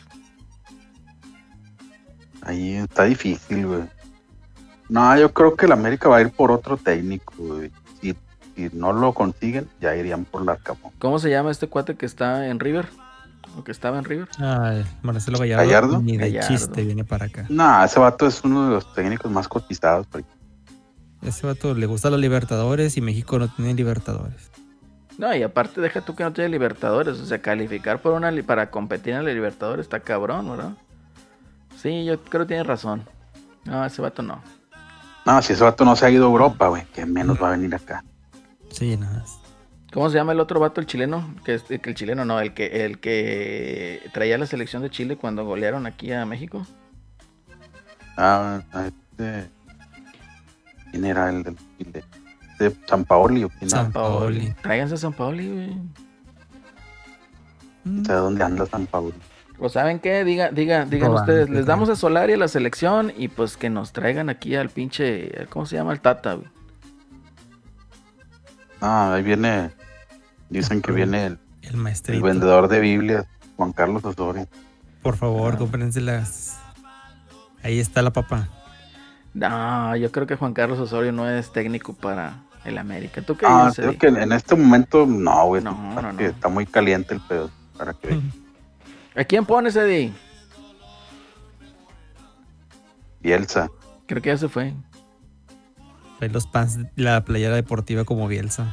Ahí está difícil, güey. No, yo creo que el América va a ir por otro técnico, güey. Si no lo consiguen, ya irían por el Arcamón. ¿Cómo se llama este cuate que está en River? ¿O que estaba en River? Ay, Marcelo Gallardo. ¿Gallardo? Ni de Gallardo. chiste viene para acá. No, ese vato es uno de los técnicos más cotizados. Ese vato le gusta los Libertadores y México no tiene Libertadores. No, y aparte deja tú que no tiene Libertadores. O sea, calificar para competir en la Libertadores está cabrón, ¿verdad? Sí, yo creo que tienes razón. No, ese vato no. No, si ese vato no se ha ido a Europa, güey, que menos va a venir acá. Sí, nada más. ¿Cómo se llama el otro vato, el chileno? Que el chileno no, el que traía la selección de Chile cuando golearon aquí a México. ¿Quién era el del Chile? ¿De San Paoli o quién? San Paoli. Tráiganse a San Paoli, güey. No sé dónde anda San Paoli. ¿O saben qué? Digan Robando, ustedes. Les creo. damos a Solari a la selección y pues que nos traigan aquí al pinche... ¿Cómo se llama? El Tata, güey. Ah, ahí viene. Dicen que viene El el maestrito. vendedor de Biblias, Juan Carlos Osorio. Por favor, cómprenselas. Ahí está la papa. No, yo creo que Juan Carlos Osorio no es técnico para el América. ¿Tú qué Ah, dices, creo Eddie? que en este momento no, güey. No, porque no. está muy caliente el pedo. Para que ¿A quién pones, Eddie? Bielsa. Creo que ya se fue. Trae los pants, la playera deportiva como Bielsa.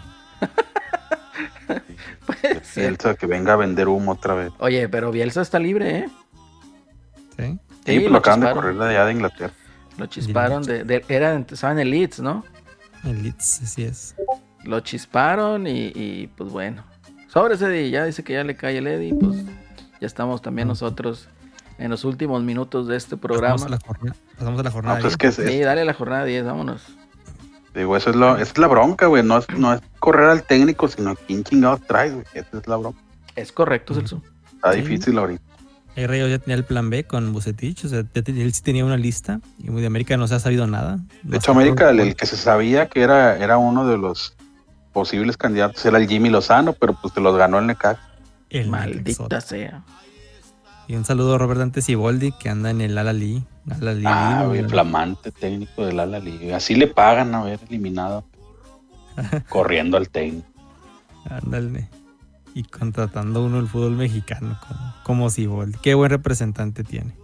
Puede ser. Bielsa que venga a vender humo otra vez. Oye, pero Bielsa está libre, ¿eh? ¿Sí? Sí, pues lo lo acaban de chisparon. correr de allá de Inglaterra. Lo chisparon estaba en el Leeds, ¿no? El Leeds, así es. Lo chisparon y pues bueno. Sobre ese Eddie, ya dice que ya le cae el Eddie, pues ya estamos también nosotros en los últimos minutos de este programa. Pasamos a la jornada. No, pues es 10. que Sí, dale a la jornada 10, vámonos. digo, esa es la bronca, güey. No es correr al técnico, sino quién chingados trae, güey. Esa es la bronca. Es correcto, Celso. Está Sí. difícil ahorita. El Rayo ya tenía el plan B con Vucetich, o sea, él sí tenía una lista y de América no se ha sabido nada. De hecho, América, el que se sabía que era uno de los posibles candidatos era el Jimmy Lozano, pero pues se los ganó el Necaxa. El Maldita Necaxota. sea. Y un saludo a Robert Dante Siboldi, que anda en el Al-Ahly. Güey, flamante técnico del Al-Ahly. Así le pagan a haber eliminado. Corriendo al técnico. Ándale. Y contratando uno el fútbol mexicano como Siboldi. Qué buen representante tiene.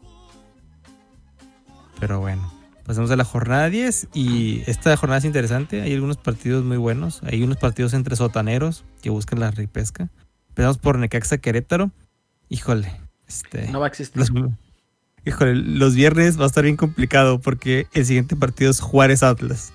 Pero bueno, pasemos a la jornada 10. Y esta jornada es interesante. Hay algunos partidos muy buenos. Hay unos partidos entre sotaneros que buscan la repesca. Empezamos por Necaxa Querétaro. Híjole. No va a existir. Los viernes va a estar bien complicado porque el siguiente partido es Juárez Atlas.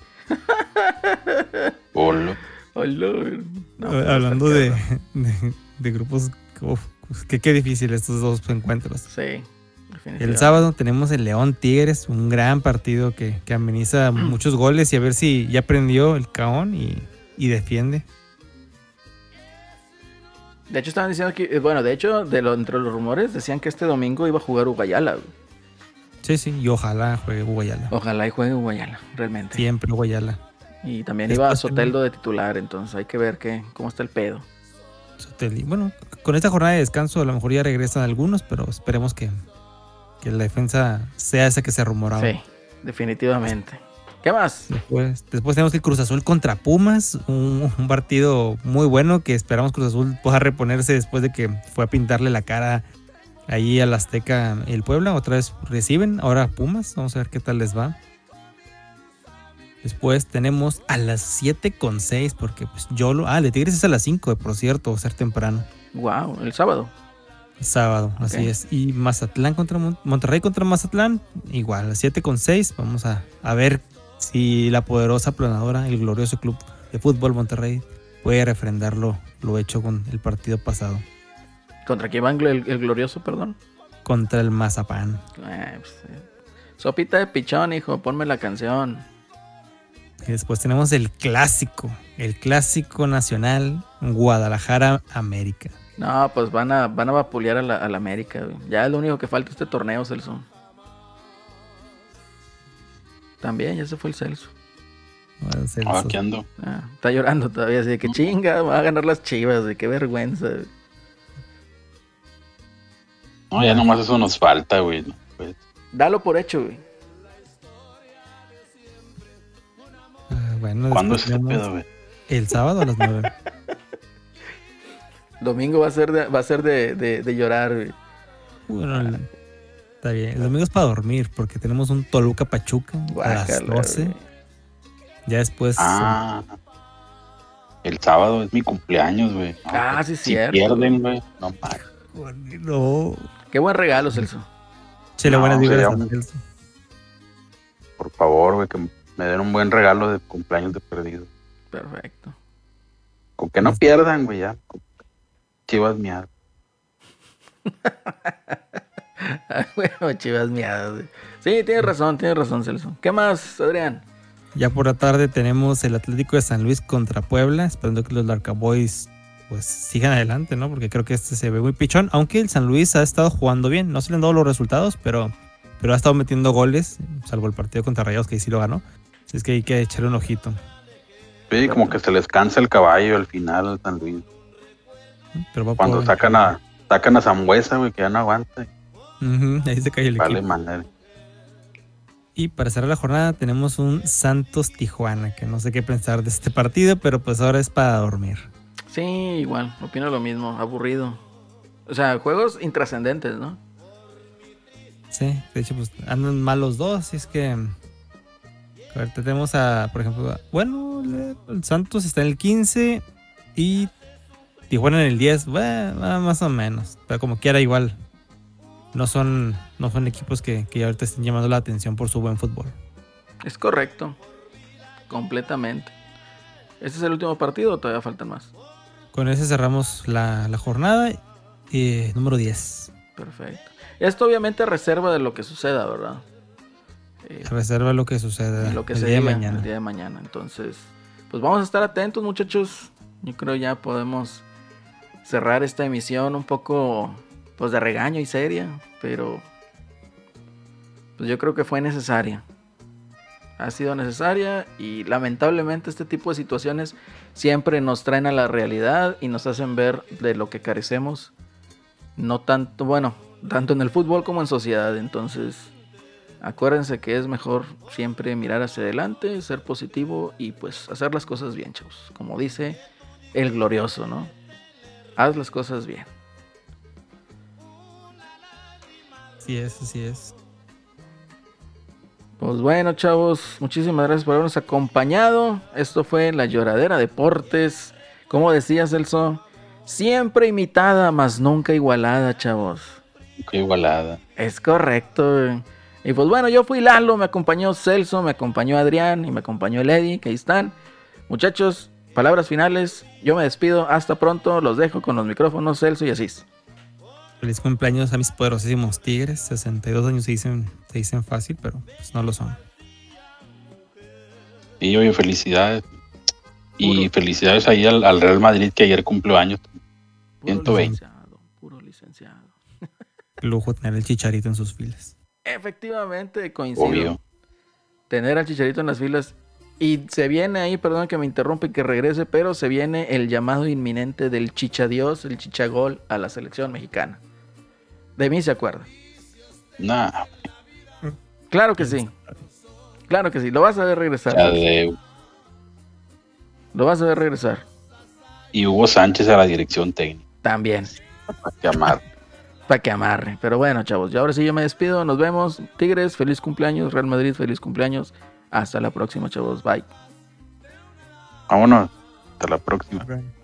Polo. No, Hablando de grupos, qué difícil estos dos encuentros. Sí, definitivamente. El sábado tenemos el León Tigres, un gran partido que ameniza muchos goles y a ver si ya prendió el caón y defiende. De hecho estaban diciendo que, entre los rumores decían que este domingo iba a jugar Uguayala. Güey. Sí, y ojalá juegue Uguayala. Ojalá y juegue Uguayala, realmente. Siempre Uguayala. Y también Después iba a Soteldo de titular, entonces hay que ver cómo está el pedo. Bueno, con esta jornada de descanso a lo mejor ya regresan algunos, pero esperemos que la defensa sea esa que se rumoraba. Sí, definitivamente. ¿Qué más? Después tenemos el Cruz Azul contra Pumas, un partido muy bueno que esperamos Cruz Azul pueda reponerse después de que fue a pintarle la cara ahí al Azteca el Puebla. Otra vez reciben, ahora Pumas, vamos a ver qué tal les va. Después tenemos a las 7:06 porque pues de Tigres es a las 5, por cierto, va a ser temprano. Wow, el sábado. Sábado, Okay. Así es. Y Mazatlán contra Monterrey contra Mazatlán, igual, a las 7:06. Vamos a ver si la poderosa planadora, el glorioso club de fútbol Monterrey, puede refrendar lo hecho con el partido pasado. ¿Contra quién va el glorioso, perdón? Contra el Mazapán. Sopita de pichón, hijo, ponme la canción. Y después tenemos el clásico nacional, Guadalajara América. No, pues van a vapulear a la América. Güey. Ya es lo único que falta este torneo, Celso. También, ya se fue el Celso. Aquí ando. Está llorando todavía, así de que chinga, va a ganar las Chivas, de qué vergüenza. No, ya nomás eso nos falta, güey. No, pues. Dalo por hecho, güey. Bueno, ¿cuándo es este pedo, güey? El sábado a las 9. Domingo va a ser de llorar, güey. Bueno, está bien. El domingo es para dormir porque tenemos un Toluca Pachuca a las 12. Güey. Ya después. El sábado es mi cumpleaños, güey. No, sí, si cierto. pierden, güey. No mames. No. Qué buen regalo, Celso. Chele, No, buenas vibras. sería Celso. Por favor, güey, que me den un buen regalo de cumpleaños de perdido. Perfecto. Con que no pierdan, güey, ya. Chivas miadas. Bueno, Chivas miadas, güey. Sí, tienes razón, Celso. ¿Qué más, Adrián? Ya por la tarde tenemos el Atlético de San Luis contra Puebla, esperando que los Larcaboys pues sigan adelante, ¿no? Porque creo que se ve muy pichón, aunque el San Luis ha estado jugando bien, no se le han dado los resultados, pero ha estado metiendo goles, salvo el partido contra Rayados que ahí sí lo ganó. Así es que hay que echarle un ojito. Sí, como que se les cansa el caballo al final al San Luis. Pero cuando sacan a Zambuesa, güey, que ya no aguanta. Ahí se cae el vale equipo. Manera. Y para cerrar la jornada tenemos un Santos Tijuana, que no sé qué pensar de este partido, pero pues ahora es para dormir. Sí, igual, opino lo mismo, aburrido. O sea, juegos intrascendentes, ¿no? Sí, de hecho, pues andan mal los dos, así es que... A ver, tenemos por ejemplo, bueno, el Santos está en el 15 y Tijuana en el 10, bueno, más o menos, pero como quiera igual. No son equipos que ahorita estén llamando la atención por su buen fútbol. Es correcto, completamente. ¿Este es el último partido o todavía faltan más? Con ese cerramos la jornada número 10. Perfecto. Esto obviamente reserva de lo que suceda, ¿verdad? Reserva lo que suceda lo que el se día de diga mañana. el día de mañana. Entonces, pues vamos a estar atentos, muchachos. Yo creo ya podemos cerrar esta emisión un poco pues de regaño y seria, pero pues yo creo que fue necesaria. ha sido necesaria y lamentablemente este tipo de situaciones siempre nos traen a la realidad y nos hacen ver de lo que carecemos, no tanto, bueno, tanto en el fútbol como en sociedad. Entonces acuérdense que es mejor siempre mirar hacia adelante, ser positivo y pues hacer las cosas bien, chavos, como dice el glorioso, ¿no? Haz las cosas bien. Así es, así es. Pues bueno, chavos, muchísimas gracias por habernos acompañado. Esto fue La Lloradera Deportes. Como decía Celso, siempre imitada, mas nunca igualada, chavos. Qué igualada. Es correcto. Y pues bueno, yo fui Lalo, me acompañó Celso, me acompañó Adrián y me acompañó el Eddie, que ahí están. Muchachos, palabras finales. Yo me despido, hasta pronto. Los dejo con los micrófonos, Celso y Asís. Feliz cumpleaños a mis poderosísimos Tigres. 62 años se dicen fácil, pero pues no lo son. Y oye, felicidades. Y felicidades ahí al Real Madrid, que ayer cumplió años. 120. Puro licenciado. Lujo tener el Chicharito en sus filas. Efectivamente, coincido. Obvio. Tener al Chicharito en las filas. Y se viene ahí, perdón que me interrumpa y que regrese, pero se viene el llamado inminente del Chichadios, el Chichagol a la selección mexicana. De mí se acuerda. Nah. Claro que sí. Claro que sí. Lo vas a ver regresar. Lo vas a ver regresar. Y Hugo Sánchez a la dirección técnica. También. Para que amarre. Para que amarre. Pero bueno, chavos, y ahora sí yo me despido. Nos vemos. Tigres, feliz cumpleaños. Real Madrid, feliz cumpleaños. Hasta la próxima, chavos. Bye. Vámonos. Hasta la próxima. Right.